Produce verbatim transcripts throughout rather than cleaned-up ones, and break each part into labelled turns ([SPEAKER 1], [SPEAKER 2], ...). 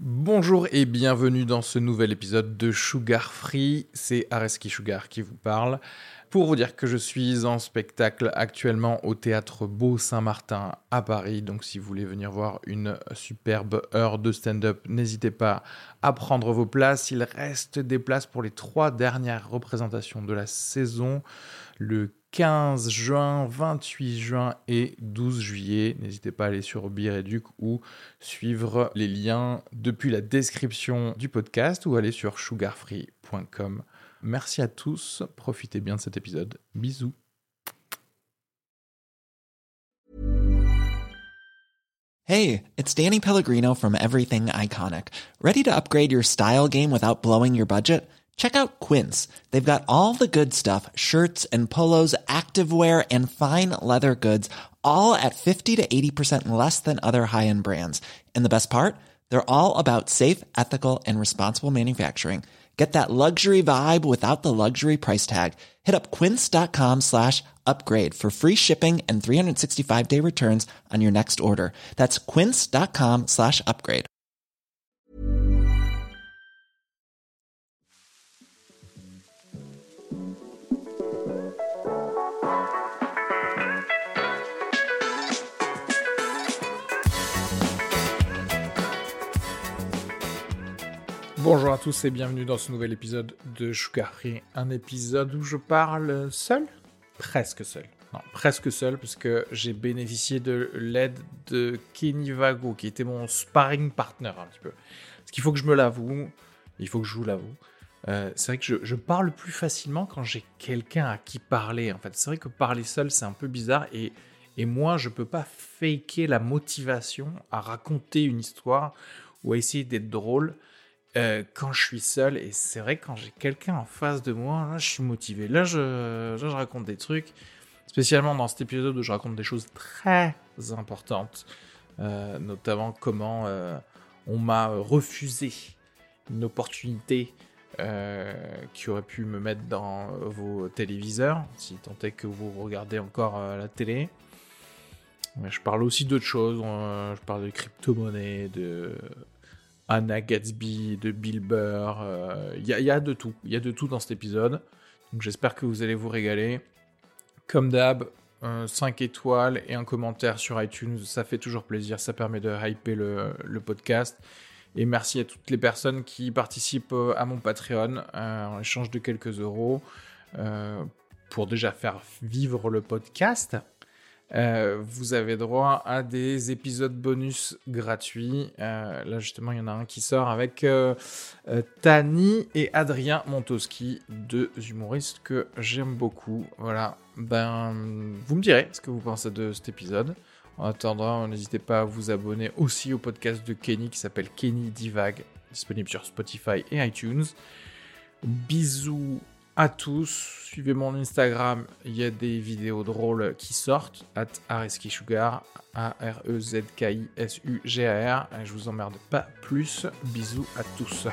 [SPEAKER 1] Bonjour et bienvenue dans ce nouvel épisode de Sugar Free. C'est Areski Sugar qui vous parle. Pour vous dire que je suis en spectacle actuellement au Théâtre Beau Saint-Martin à Paris. Donc si vous voulez venir voir une superbe heure de stand-up, n'hésitez pas à prendre vos places. Il reste des places pour les trois dernières représentations de la saison. Le quinze juin, vingt-huit juin et douze juillet. N'hésitez pas à aller sur Bireduc ou suivre les liens depuis la description du podcast ou aller sur sugar free point com. Merci à tous, profitez bien de cet épisode. Bisous.
[SPEAKER 2] Hey, it's Danny Pellegrino from Everything Iconic. Ready to upgrade your style game without blowing your budget? Check out Quince. They've got all the good stuff, shirts and polos, activewear, and fine leather goods, all at fifty to eighty percent less than other high-end brands. And the best part? They're all about safe, ethical, and responsible manufacturing. Get that luxury vibe without the luxury price tag. Hit up quince.com slash upgrade for free shipping and three sixty-five day returns on your next order. That's quince.com slash upgrade.
[SPEAKER 1] Bonjour à tous et bienvenue dans ce nouvel épisode de Sugar Free, un épisode où je parle seul, presque seul, non, presque seul, parce que j'ai bénéficié de l'aide de Kenny Vago, qui était mon sparring partner un petit peu. Parce qu'il faut que je me l'avoue, il faut que je vous l'avoue, euh, c'est vrai que je, je parle plus facilement quand j'ai quelqu'un à qui parler, en fait. C'est vrai que parler seul, c'est un peu bizarre, et, et moi, je peux pas faker la motivation à raconter une histoire ou à essayer d'être drôle. Euh, quand je suis seul, et c'est vrai que quand j'ai quelqu'un en face de moi, là je suis motivé, là je, là, je raconte des trucs, spécialement dans cet épisode où je raconte des choses très importantes, euh, notamment comment euh, on m'a refusé une opportunité euh, qui aurait pu me mettre dans vos téléviseurs, si tant est que vous regardez encore euh, la télé. Je parle aussi d'autres choses, euh, je parle de crypto-monnaies, de Anna Gatsby, de Bill Burr, il euh, y, y a de tout, il y a de tout dans cet épisode, donc j'espère que vous allez vous régaler. Comme d'hab, euh, cinq étoiles et un commentaire sur iTunes, ça fait toujours plaisir, ça permet de hyper le, le podcast, et merci à toutes les personnes qui participent à mon Patreon, euh, en échange de quelques euros, euh, pour déjà faire vivre le podcast. Euh, vous avez droit à des épisodes bonus gratuits. Euh, là, justement, il y en a un qui sort avec euh, euh, Tani et Adrien Montowski, deux humoristes que j'aime beaucoup. Voilà, ben, vous me direz ce que vous pensez de cet épisode. En attendant, n'hésitez pas à vous abonner aussi au podcast de Kenny qui s'appelle Kenny Divague, disponible sur Spotify et iTunes. Bisous à tous, suivez mon Instagram, il y a des vidéos drôles qui sortent, at Areski Sugar, A R E Z K I S U G A R, je vous emmerde pas plus, bisous à tous.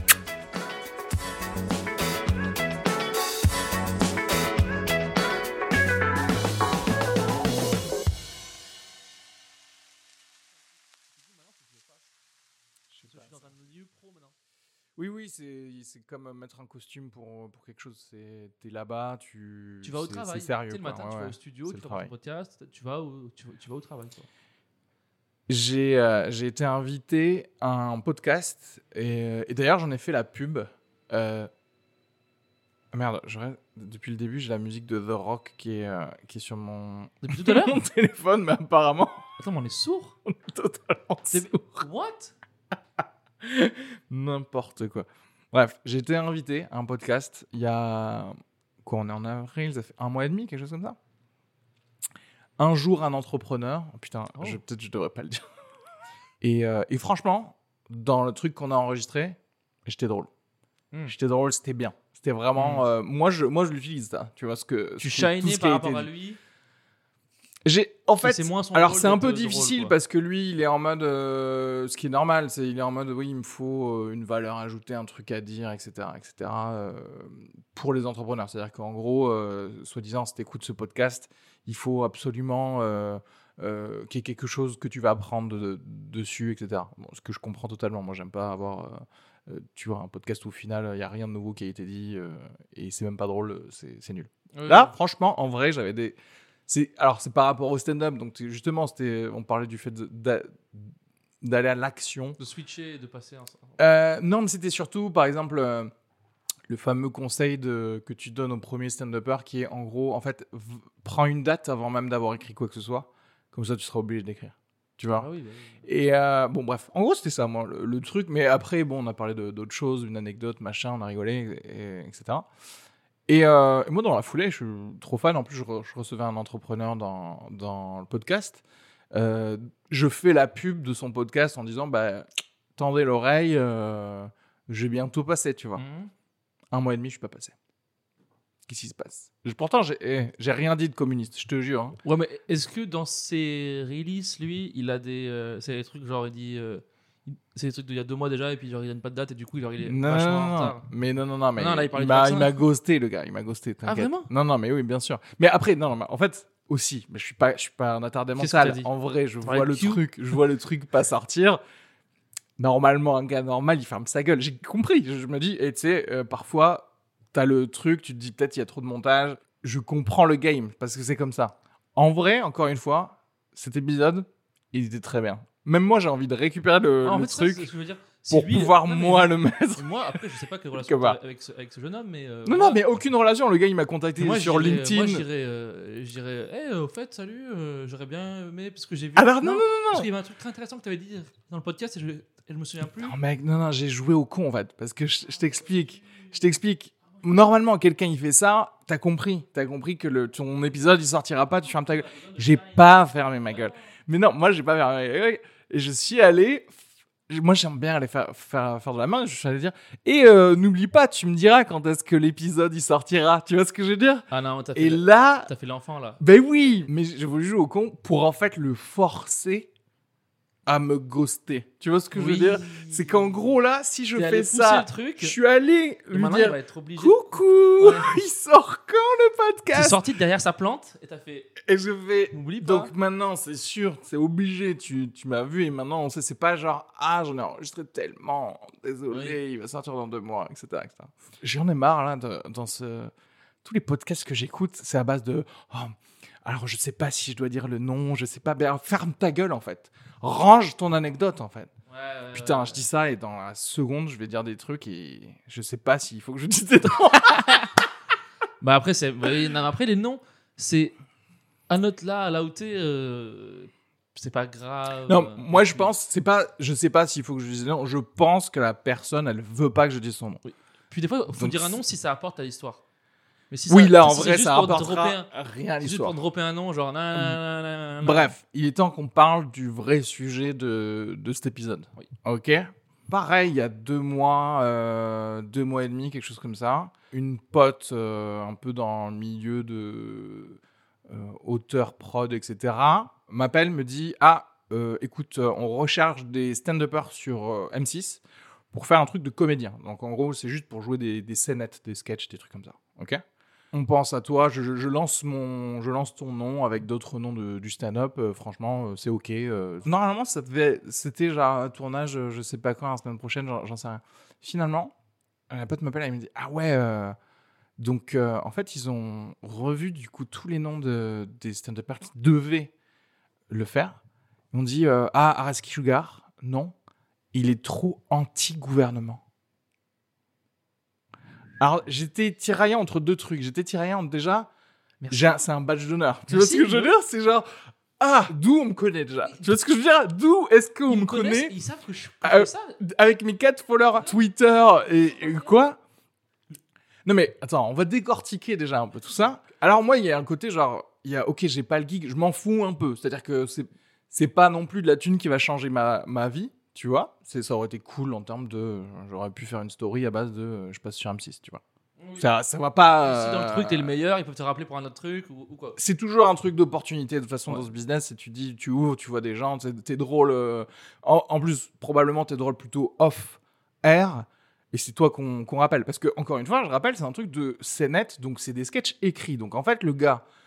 [SPEAKER 1] Oui, oui, c'est, c'est comme mettre un costume pour, pour quelque chose. C'est, t'es là-bas, tu...
[SPEAKER 3] Tu vas au
[SPEAKER 1] c'est,
[SPEAKER 3] travail.
[SPEAKER 1] C'est sérieux.
[SPEAKER 3] Tu sais, le matin,
[SPEAKER 1] ouais,
[SPEAKER 3] tu
[SPEAKER 1] ouais.
[SPEAKER 3] vas au studio,
[SPEAKER 1] C'est
[SPEAKER 3] tu
[SPEAKER 1] le
[SPEAKER 3] fais ton podcast, tu vas au, tu, tu vas au travail. Quoi.
[SPEAKER 1] J'ai, euh, j'ai été invité à un podcast et, et d'ailleurs, j'en ai fait la pub. Euh... Merde, je reste... depuis le début, j'ai la musique de The Rock qui est, euh, qui est sur mon...
[SPEAKER 3] Depuis tout à l'heure
[SPEAKER 1] mon téléphone, mais apparemment...
[SPEAKER 3] Attends, mais on est sourd.
[SPEAKER 1] On est totalement
[SPEAKER 3] C'est...
[SPEAKER 1] sourd.
[SPEAKER 3] What?
[SPEAKER 1] N'importe quoi. Bref, j'ai été invité à un podcast il y a... Quoi, on est en avril, ça fait un mois et demi, quelque chose comme ça. Un jour, un entrepreneur. Oh, putain,
[SPEAKER 3] Oh.
[SPEAKER 1] je, peut-être je devrais pas le dire. Et, euh, et franchement, dans le truc qu'on a enregistré, j'étais drôle.
[SPEAKER 3] Mm.
[SPEAKER 1] J'étais drôle, c'était bien. C'était vraiment...
[SPEAKER 3] Mm.
[SPEAKER 1] Euh, moi, je, moi, je l'utilise, ça. Tu vois ce que...
[SPEAKER 3] Tu
[SPEAKER 1] ce que- tout
[SPEAKER 3] shinais
[SPEAKER 1] ce qui a
[SPEAKER 3] par
[SPEAKER 1] été
[SPEAKER 3] rapport à
[SPEAKER 1] dit.
[SPEAKER 3] lui.
[SPEAKER 1] J'ai, en
[SPEAKER 3] Mais
[SPEAKER 1] fait,
[SPEAKER 3] c'est moins son
[SPEAKER 1] alors
[SPEAKER 3] rôle
[SPEAKER 1] c'est un
[SPEAKER 3] de-
[SPEAKER 1] peu
[SPEAKER 3] de drôle,
[SPEAKER 1] difficile
[SPEAKER 3] quoi.
[SPEAKER 1] parce que lui, il est en mode, euh, ce qui est normal, c'est il est en mode, oui, il me faut euh, une valeur ajoutée, un truc à dire, et cetera, et cetera. euh, pour les entrepreneurs, c'est-à-dire qu'en gros, euh, soi-disant, si t'écoutes ce podcast, il faut absolument euh, euh, qui est quelque chose que tu vas apprendre de, de, dessus, et cetera. Bon, ce que je comprends totalement. Moi, j'aime pas avoir, euh, euh, tu vois, un podcast où au final, il n'y a rien de nouveau qui a été dit euh, et c'est même pas drôle, c'est, c'est nul.
[SPEAKER 3] Ouais,
[SPEAKER 1] Là,
[SPEAKER 3] ouais.
[SPEAKER 1] franchement, en vrai, j'avais des... C'est... Alors, c'est par rapport au stand-up. Donc, c'est- justement, c'était... on parlait du fait de- d'a- d'aller à l'action.
[SPEAKER 3] De switcher et de passer un.
[SPEAKER 1] Euh, non, mais c'était surtout, par exemple, euh, le fameux conseil de, que tu donnes au premier stand-upper qui est, en gros, en fait, v- prends une date avant même d'avoir écrit quoi que ce soit. Comme ça, tu seras obligé d'écrire. Tu vois.
[SPEAKER 3] Ah oui, bah oui.
[SPEAKER 1] Et euh, bon, bref, en gros, c'était ça, moi, le, le truc. Mais après, bon, on a parlé de, d'autres choses, une anecdote, machin, on a rigolé, et, etc. Et, euh, et moi, dans la foulée, je suis trop fan. En plus, je, re- je recevais un entrepreneur dans, dans le podcast. Euh, je fais la pub de son podcast en disant, bah, tendez l'oreille, euh, je vais bientôt passer, tu vois.
[SPEAKER 3] Mhm.
[SPEAKER 1] Un mois et demi, je suis pas passé. Qu'est-ce qui se passe? Je- Pourtant, j'ai, eh, j'ai rien dit de communiste, je te jure. Hein.
[SPEAKER 3] Ouais, mais est-ce que dans ses releases, lui, il a des. euh, c'est des trucs genre, il dit. euh, il- c'est des trucs d'il y a deux mois déjà, et puis genre, il donne pas de date, et du coup, genre, il est
[SPEAKER 1] Non,
[SPEAKER 3] vachement
[SPEAKER 1] non,
[SPEAKER 3] en
[SPEAKER 1] non,
[SPEAKER 3] retard.
[SPEAKER 1] mais non, non, non, mais
[SPEAKER 3] Non, là, il
[SPEAKER 1] il,
[SPEAKER 3] parlait du
[SPEAKER 1] m'a,
[SPEAKER 3] vaccin.
[SPEAKER 1] il m'a ghosté, le gars, il m'a ghosté, t'inquiète.
[SPEAKER 3] vraiment
[SPEAKER 1] Non, non, mais oui, bien sûr. Mais après, non, non, mais en fait, aussi, mais je suis pas, je suis pas un attardé
[SPEAKER 3] Qu'est-ce que
[SPEAKER 1] mental.
[SPEAKER 3] t'as dit?
[SPEAKER 1] En vrai, je
[SPEAKER 3] parlais
[SPEAKER 1] vois
[SPEAKER 3] de
[SPEAKER 1] le
[SPEAKER 3] Q
[SPEAKER 1] truc, je vois le truc pas sortir. Normalement, un gars normal, il ferme sa gueule. J'ai compris. Je, je me dis, et tu sais, euh, parfois, t'as le truc, tu te dis peut-être il y a trop de montage. Je comprends le game parce que c'est comme ça. En vrai, encore une fois, cet épisode, il était très bien. Même moi, j'ai envie de récupérer le,
[SPEAKER 3] Ah, en
[SPEAKER 1] le
[SPEAKER 3] fait, ça,
[SPEAKER 1] truc
[SPEAKER 3] c'est ce que je veux dire. Si
[SPEAKER 1] pour
[SPEAKER 3] lui-
[SPEAKER 1] pouvoir
[SPEAKER 3] non, mais
[SPEAKER 1] moi le mettre.
[SPEAKER 3] Et moi, après, je sais pas quelle relation
[SPEAKER 1] Que va.
[SPEAKER 3] t'as avec ce, avec ce jeune homme, mais. euh,
[SPEAKER 1] Non,
[SPEAKER 3] moi-
[SPEAKER 1] non, mais aucune relation. Le gars, il m'a contacté
[SPEAKER 3] moi,
[SPEAKER 1] sur
[SPEAKER 3] j'irais-
[SPEAKER 1] LinkedIn.
[SPEAKER 3] Moi, j'irais. Euh, j'irais. Hey, au fait, salut, euh, j'aurais bien aimé, parce que j'ai vu.
[SPEAKER 1] Alors, non, non, non,
[SPEAKER 3] Parce qu'il y avait un truc très intéressant que tu avais dit dans le podcast, et je, et je me souviens plus.
[SPEAKER 1] Non, mec, non, non, j'ai joué au con, en fait. Parce que je, je t'explique. Je t'explique. Normalement, quelqu'un, il fait ça, t'as compris. T'as compris que le, ton épisode, il sortira pas, tu fermes ta gueule. J'ai pas fermé ma gueule. Mais non, moi, j'ai pas fermé ma gueule. Et je suis allé... Moi, j'aime bien aller faire, faire, faire de la main. Je suis allé dire... Et euh, n'oublie pas, tu me diras quand est-ce que l'épisode, il sortira. Tu vois ce que je veux dire?
[SPEAKER 3] Ah non, t'as fait,
[SPEAKER 1] Et
[SPEAKER 3] le-
[SPEAKER 1] là...
[SPEAKER 3] t'as fait l'enfant, là.
[SPEAKER 1] Ben oui, mais je voulais jouer au con pour en fait le forcer à me ghoster. Tu vois ce que je veux
[SPEAKER 3] Oui.
[SPEAKER 1] dire? C'est qu'en gros là, si je
[SPEAKER 3] T'es allé
[SPEAKER 1] fais
[SPEAKER 3] pousser
[SPEAKER 1] ça,
[SPEAKER 3] le truc,
[SPEAKER 1] je suis allé
[SPEAKER 3] et
[SPEAKER 1] lui
[SPEAKER 3] maintenant, il
[SPEAKER 1] dire
[SPEAKER 3] va être obligé.
[SPEAKER 1] coucou,
[SPEAKER 3] Ouais.
[SPEAKER 1] il sort quand le
[SPEAKER 3] T'es
[SPEAKER 1] podcast?
[SPEAKER 3] sorti de derrière sa plante, et t'as fait.
[SPEAKER 1] Et je vais...
[SPEAKER 3] N'oublie pas.
[SPEAKER 1] Donc maintenant, c'est sûr, c'est obligé, tu, tu m'as vu et maintenant on sait, c'est pas genre ah j'en ai enregistré tellement, désolé,
[SPEAKER 3] Oui.
[SPEAKER 1] il va sortir dans deux mois, et cetera et cetera. J'en ai marre là de- dans ce... Tous les podcasts que j'écoute, c'est à base de oh, alors je sais pas si je dois dire le nom, je sais pas, ben ferme ta gueule en fait. Range ton anecdote en fait.
[SPEAKER 3] Ouais, ouais,
[SPEAKER 1] Putain,
[SPEAKER 3] ouais.
[SPEAKER 1] je dis ça et dans la seconde, je vais dire des trucs et je sais pas s'il faut que je dise des trucs.
[SPEAKER 3] Bah après, c'est... oui, non, mais après, les noms, c'est. À note là, à la où t'es, euh, c'est pas grave.
[SPEAKER 1] Non,
[SPEAKER 3] euh,
[SPEAKER 1] moi je
[SPEAKER 3] puis-
[SPEAKER 1] pense, c'est pas, je sais pas s'il faut que je dise le nom, je pense que la personne, elle veut pas que je dise son nom.
[SPEAKER 3] Puis des fois, faut
[SPEAKER 1] Donc,
[SPEAKER 3] dire un
[SPEAKER 1] c'est-
[SPEAKER 3] nom si ça apporte à l'histoire. Mais si
[SPEAKER 1] Oui,
[SPEAKER 3] ça-
[SPEAKER 1] là en
[SPEAKER 3] si c'est
[SPEAKER 1] vrai,
[SPEAKER 3] juste
[SPEAKER 1] ça
[SPEAKER 3] pour
[SPEAKER 1] apportera
[SPEAKER 3] dropper un-
[SPEAKER 1] rien à
[SPEAKER 3] Juste
[SPEAKER 1] l'histoire.
[SPEAKER 3] pour dropper un nom, genre. nanana.
[SPEAKER 1] Bref, il est temps qu'on parle du vrai sujet de, de cet épisode.
[SPEAKER 3] Oui.
[SPEAKER 1] Ok. Pareil, il y a deux mois, euh, deux mois et demi, quelque chose comme ça, une pote euh, un peu dans le milieu de euh, auteur, prod, et cetera, m'appelle, me dit ah, euh, écoute, euh, on recherche des stand-uppers sur euh, M six pour faire un truc de comédien. Donc en gros, c'est juste pour jouer des, des scénettes, des sketchs, des trucs comme ça. Ok. On pense à toi, je, je- je lance mon, je lance ton nom avec d'autres noms de- du stand-up. euh, franchement, euh, c'est ok. euh. Normalement, ça devait, c'était genre un tournage, euh, je sais pas quand, la semaine prochaine, j'en, j'en sais rien. Finalement, la pote m'appelle, elle me dit ah ouais. euh, donc euh, en fait, ils ont revu du coup tous les noms de, des stand-uppers qui devaient le faire. Ils ont dit euh, ah Araski Sugar, non, il est trop anti-gouvernement. Alors, j'étais tiraillant entre deux trucs. J'étais tiraillant entre déjà,
[SPEAKER 3] Merci.
[SPEAKER 1] j'ai un- c'est un badge d'honneur. Tu
[SPEAKER 3] Merci.
[SPEAKER 1] vois ce que je veux dire? C'est genre, ah, d'où on me connaît déjà. Tu vois ce que je veux dire? D'où est-ce qu'on
[SPEAKER 3] Ils
[SPEAKER 1] me
[SPEAKER 3] connaissent,
[SPEAKER 1] connaît
[SPEAKER 3] Ils savent que je suis
[SPEAKER 1] Euh,
[SPEAKER 3] pas ça.
[SPEAKER 1] avec mes quatre followers Twitter et, et quoi? Non mais, attends, on va décortiquer déjà un peu tout ça. Alors moi, il y a un côté genre, il y a, ok, j'ai pas le geek, je m'en fous un peu. C'est-à-dire que c'est, c'est pas non plus de la thune qui va changer ma, ma vie. Tu vois, c'est, ça aurait été cool en termes de... J'aurais pu faire une story à base de... euh, je passe sur M six, tu vois.
[SPEAKER 3] Oui.
[SPEAKER 1] Ça, ça va pas...
[SPEAKER 3] Si dans le
[SPEAKER 1] euh,
[SPEAKER 3] truc t'es le meilleur, ils peuvent te rappeler pour un autre truc ou, ou quoi.
[SPEAKER 1] C'est toujours un truc d'opportunité de toute façon
[SPEAKER 3] Ouais.
[SPEAKER 1] dans ce business. Et tu dis, tu ouvres, tu vois des gens, t'es, t'es drôle. euh, en, en plus, probablement, t'es drôle plutôt off-air. Et c'est toi qu'on, qu'on rappelle. Parce que, encore une fois, je rappelle, c'est un truc de scénette, donc c'est des sketchs écrits. Donc en fait, le gars,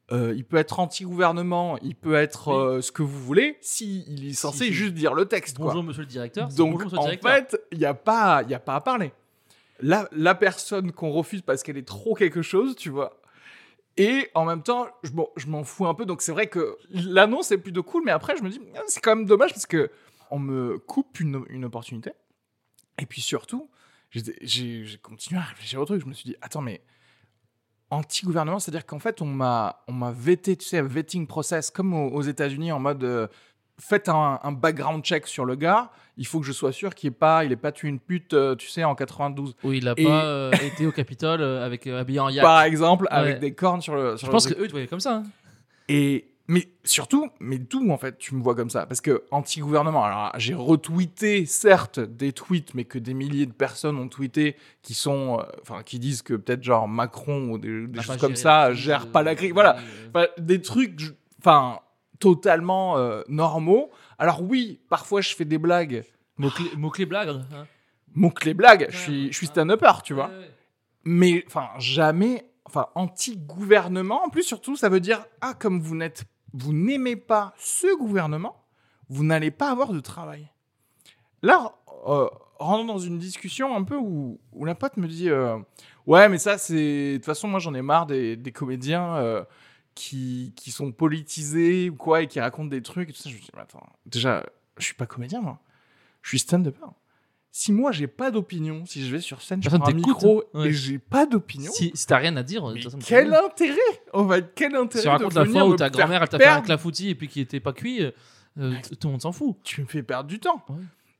[SPEAKER 1] Euh, il peut être anti-gouvernement, il peut être
[SPEAKER 3] Oui.
[SPEAKER 1] euh, ce que vous voulez, si il est censé
[SPEAKER 3] Si, si.
[SPEAKER 1] juste dire le texte.
[SPEAKER 3] Bonjour,
[SPEAKER 1] quoi.
[SPEAKER 3] monsieur le directeur. c'est
[SPEAKER 1] Donc,
[SPEAKER 3] bonjour, monsieur le
[SPEAKER 1] en
[SPEAKER 3] directeur.
[SPEAKER 1] fait, il n'y a, pas- y a pas à parler. La, la personne qu'on refuse parce qu'elle est trop quelque chose, tu vois. Et en même temps, je, m'en- je m'en fous un peu. Donc, c'est vrai que l'annonce est plutôt cool, mais après, je me dis, ah, c'est quand même dommage parce que on me coupe une, une opportunité. Et puis surtout, j'ai, j'ai, j'ai continué à réfléchir au truc. Je me suis dit, attends, mais anti-gouvernement, c'est-à-dire qu'en fait, on m'a, on m'a vetté, tu sais, vetting process, comme aux, aux États-Unis, en mode euh, faites un, un background check sur le gars. Il faut que je sois sûr qu'il n'ait pas, il ait pas tué une pute, euh, tu sais, en quatre-vingt-douze.
[SPEAKER 3] Oui, il n'a
[SPEAKER 1] Et-
[SPEAKER 3] pas euh, été au Capitole euh, avec euh, habillé en yak.
[SPEAKER 1] Par exemple, avec
[SPEAKER 3] Ouais.
[SPEAKER 1] des cornes sur le. Sur
[SPEAKER 3] Je
[SPEAKER 1] le
[SPEAKER 3] pense
[SPEAKER 1] truc.
[SPEAKER 3] qu'eux, ils te voyaient comme ça. hein.
[SPEAKER 1] Et mais surtout, mais d'où en fait tu me vois comme ça? Parce que anti-gouvernement, alors j'ai retweeté certes des tweets, mais que des milliers de personnes ont tweeté qui sont, euh, enfin qui disent que peut-être genre Macron ou des, des
[SPEAKER 3] N'a
[SPEAKER 1] choses
[SPEAKER 3] pas
[SPEAKER 1] comme
[SPEAKER 3] géré
[SPEAKER 1] ça
[SPEAKER 3] la crise,
[SPEAKER 1] gère
[SPEAKER 3] euh,
[SPEAKER 1] pas la crise. Voilà,
[SPEAKER 3] euh,
[SPEAKER 1] Enfin, des trucs, je- enfin totalement euh, normaux. Alors oui, parfois je fais des blagues,
[SPEAKER 3] Mots-clés mots-clés blagues. hein.
[SPEAKER 1] mots clés blagues. Je
[SPEAKER 3] Ouais,
[SPEAKER 1] suis, je suis
[SPEAKER 3] ouais.
[SPEAKER 1] stand-upper, tu vois.
[SPEAKER 3] Ouais, ouais.
[SPEAKER 1] Mais enfin jamais, enfin anti-gouvernement. En plus surtout, ça veut dire ah comme vous n'êtes, vous n'aimez pas ce gouvernement, vous n'allez pas avoir de travail. Là, euh, rentrons dans une discussion un peu où, où la pote me dit euh, ouais mais ça c'est de toute façon moi j'en ai marre des, des comédiens euh, qui qui sont politisés ou quoi et qui racontent des trucs et tout ça. Je me dis mais attends, déjà je suis pas comédien moi, je suis stand-upper. Si moi j'ai pas d'opinion, si je vais sur scène, je
[SPEAKER 3] Personne
[SPEAKER 1] prends un
[SPEAKER 3] t'écoute,
[SPEAKER 1] micro
[SPEAKER 3] hein. Ouais.
[SPEAKER 1] et j'ai pas d'opinion,
[SPEAKER 3] Si, si t'as rien à dire, de
[SPEAKER 1] mais
[SPEAKER 3] toute façon,
[SPEAKER 1] quel
[SPEAKER 3] t'as-
[SPEAKER 1] intérêt On va quel intérêt
[SPEAKER 3] Tu racontes
[SPEAKER 1] de
[SPEAKER 3] la
[SPEAKER 1] venir
[SPEAKER 3] fois où
[SPEAKER 1] me
[SPEAKER 3] ta
[SPEAKER 1] faire
[SPEAKER 3] grand-mère elle t'a fait un
[SPEAKER 1] perdre-
[SPEAKER 3] clafoutis et puis qui était pas cuit, euh, euh, t- tout le monde s'en fout.
[SPEAKER 1] Tu me fais perdre du temps.
[SPEAKER 3] Ouais.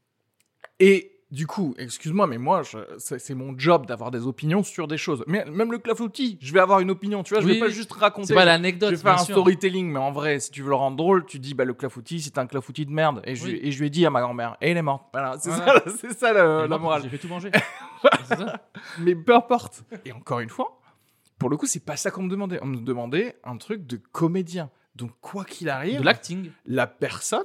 [SPEAKER 1] Et du coup, excuse-moi, mais moi, je- c'est c'est mon job d'avoir des opinions sur des choses. Mais même le clafoutis, je vais avoir une opinion. Tu vois, je
[SPEAKER 3] Oui,
[SPEAKER 1] vais pas
[SPEAKER 3] oui.
[SPEAKER 1] juste raconter.
[SPEAKER 3] C'est pas
[SPEAKER 1] je
[SPEAKER 3] l'anecdote.
[SPEAKER 1] vais faire
[SPEAKER 3] bien
[SPEAKER 1] un
[SPEAKER 3] sûr.
[SPEAKER 1] storytelling, mais en vrai, si tu veux le rendre drôle, tu dis bah le clafoutis, c'est un clafoutis de merde. Et je,
[SPEAKER 3] Oui.
[SPEAKER 1] et je lui ai dit à ma grand-mère, et elle est morte. Voilà, c'est
[SPEAKER 3] Voilà.
[SPEAKER 1] ça, c'est ça le-
[SPEAKER 3] Elle est
[SPEAKER 1] la
[SPEAKER 3] morte,
[SPEAKER 1] morale.
[SPEAKER 3] J'ai fait tout manger. C'est ça.
[SPEAKER 1] Mais peu importe. Et encore une fois, pour le coup, c'est pas ça qu'on me demandait. On me demandait un truc de comédien. Donc quoi qu'il arrive,
[SPEAKER 3] De l'acting.
[SPEAKER 1] la personne,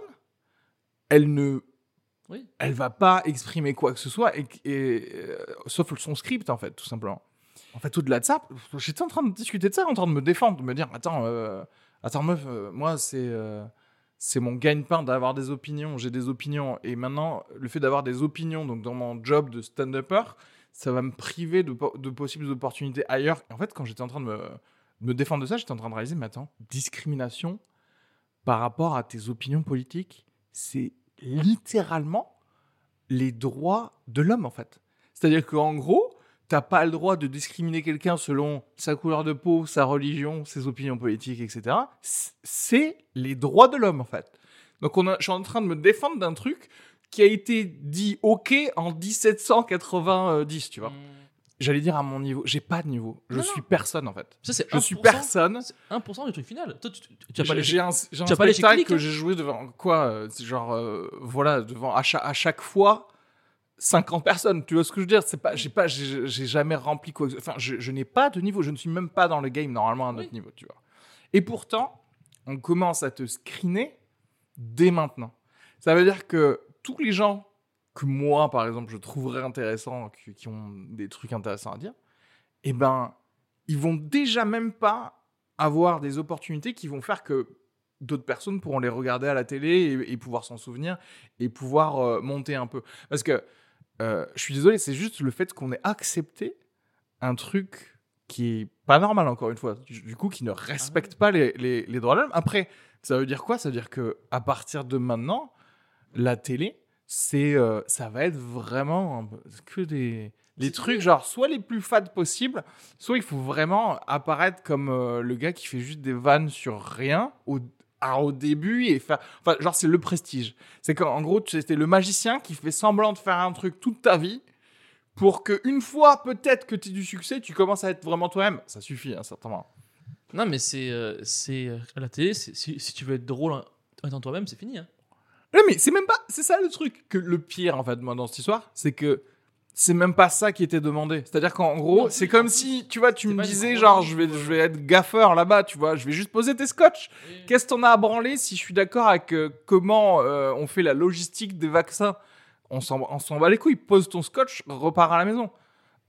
[SPEAKER 1] elle ne,
[SPEAKER 3] Oui.
[SPEAKER 1] elle va pas exprimer quoi que ce soit, et, et, euh, sauf son script en fait, tout simplement. En fait, au-delà de ça, j'étais en train de discuter de ça, en train de me défendre, de me dire, attends, euh, attends meuf, euh, moi c'est, euh, c'est mon gagne-pain d'avoir des opinions, j'ai des opinions, et maintenant le fait d'avoir des opinions, donc dans mon job de stand-upper, ça va me priver de, po- de possibles opportunités ailleurs. Et en fait, quand j'étais en train de me, de me défendre de ça, j'étais en train de réaliser, mais attends, discrimination par rapport à tes opinions politiques, c'est littéralement les droits de l'homme, en fait. C'est-à-dire qu'en gros, t'as pas le droit de discriminer quelqu'un selon sa couleur de peau, sa religion, ses opinions politiques, et cetera. C- C'est les droits de l'homme, en fait. Donc, on a, je suis en train de me défendre d'un truc qui a été dit OK en dix-sept cent quatre-vingt-dix, tu vois.
[SPEAKER 3] Mmh.
[SPEAKER 1] J'allais dire à mon niveau. J'ai pas de niveau. Je
[SPEAKER 3] Non,
[SPEAKER 1] suis
[SPEAKER 3] non.
[SPEAKER 1] personne, en fait.
[SPEAKER 3] Ça, c'est
[SPEAKER 1] Je suis
[SPEAKER 3] un pour cent.
[SPEAKER 1] personne.
[SPEAKER 3] C'est un pour cent du truc final. Toi, tu, tu, tu as pas
[SPEAKER 1] J'ai
[SPEAKER 3] les
[SPEAKER 1] j'ai un, j'ai un
[SPEAKER 3] tu as pas les
[SPEAKER 1] spectacle
[SPEAKER 3] clics,
[SPEAKER 1] que
[SPEAKER 3] hein.
[SPEAKER 1] j'ai joué devant quoi euh, c'est genre euh, voilà devant à chaque, à chaque fois cinquante personnes, tu vois ce que je veux dire, c'est pas j'ai pas j'ai j'ai jamais rempli quoi que- enfin je, je n'ai pas de niveau, je ne suis même pas dans le game normalement à notre
[SPEAKER 3] Oui.
[SPEAKER 1] niveau, tu vois. Et pourtant on commence à te screener dès maintenant. Ça veut dire que tous les gens que moi par exemple je trouverais intéressants, qui, qui ont des trucs intéressants à dire, eh ben ils vont déjà même pas avoir des opportunités qui vont faire que d'autres personnes pourront les regarder à la télé et, et pouvoir s'en souvenir et pouvoir euh, monter un peu. Parce que, euh, je suis désolé, c'est juste le fait qu'on ait accepté un truc qui est pas normal, encore une fois, du, du coup, qui ne respecte pas les, les, les droits de l'homme. Après, ça veut dire quoi ? Ça veut dire qu'à partir de maintenant, la télé, c'est, euh, ça va être vraiment un peu- que des... Les
[SPEAKER 3] C'est
[SPEAKER 1] trucs,
[SPEAKER 3] vrai.
[SPEAKER 1] genre, soit les plus fades possibles, soit il faut vraiment apparaître comme euh, le gars qui fait juste des vannes sur rien au, à- au début et faire. Enfin, genre, c'est le prestige. C'est qu'en gros, tu- c'était le magicien qui fait semblant de faire un truc toute ta vie pour qu'une fois, peut-être que tu aies du succès, tu commences à être vraiment toi-même. Ça suffit, hein, certainement.
[SPEAKER 3] Non, mais c'est. euh, c'est euh, à la télé, c'est- si, si tu veux être drôle en étant toi-même, c'est fini. Hein.
[SPEAKER 1] Non, mais c'est même pas. C'est ça le truc. Que le pire, en fait, moi, dans cette histoire, c'est que. C'est même pas ça qui était demandé. C'est-à-dire qu'en gros,
[SPEAKER 3] Non,
[SPEAKER 1] c'est
[SPEAKER 3] oui,
[SPEAKER 1] comme
[SPEAKER 3] en
[SPEAKER 1] si, tu vois, tu
[SPEAKER 3] c'est
[SPEAKER 1] me
[SPEAKER 3] pas une
[SPEAKER 1] disais,
[SPEAKER 3] chronique,
[SPEAKER 1] genre, je vais,
[SPEAKER 3] euh.
[SPEAKER 1] je vais être gaffeur là-bas, tu vois, je vais juste poser tes scotch. Qu'est-ce que t'en as à branler si je suis d'accord avec euh, comment euh, on fait la logistique des vaccins ? On s'en, on s'en bat les couilles. Pose ton scotch, repars à la maison.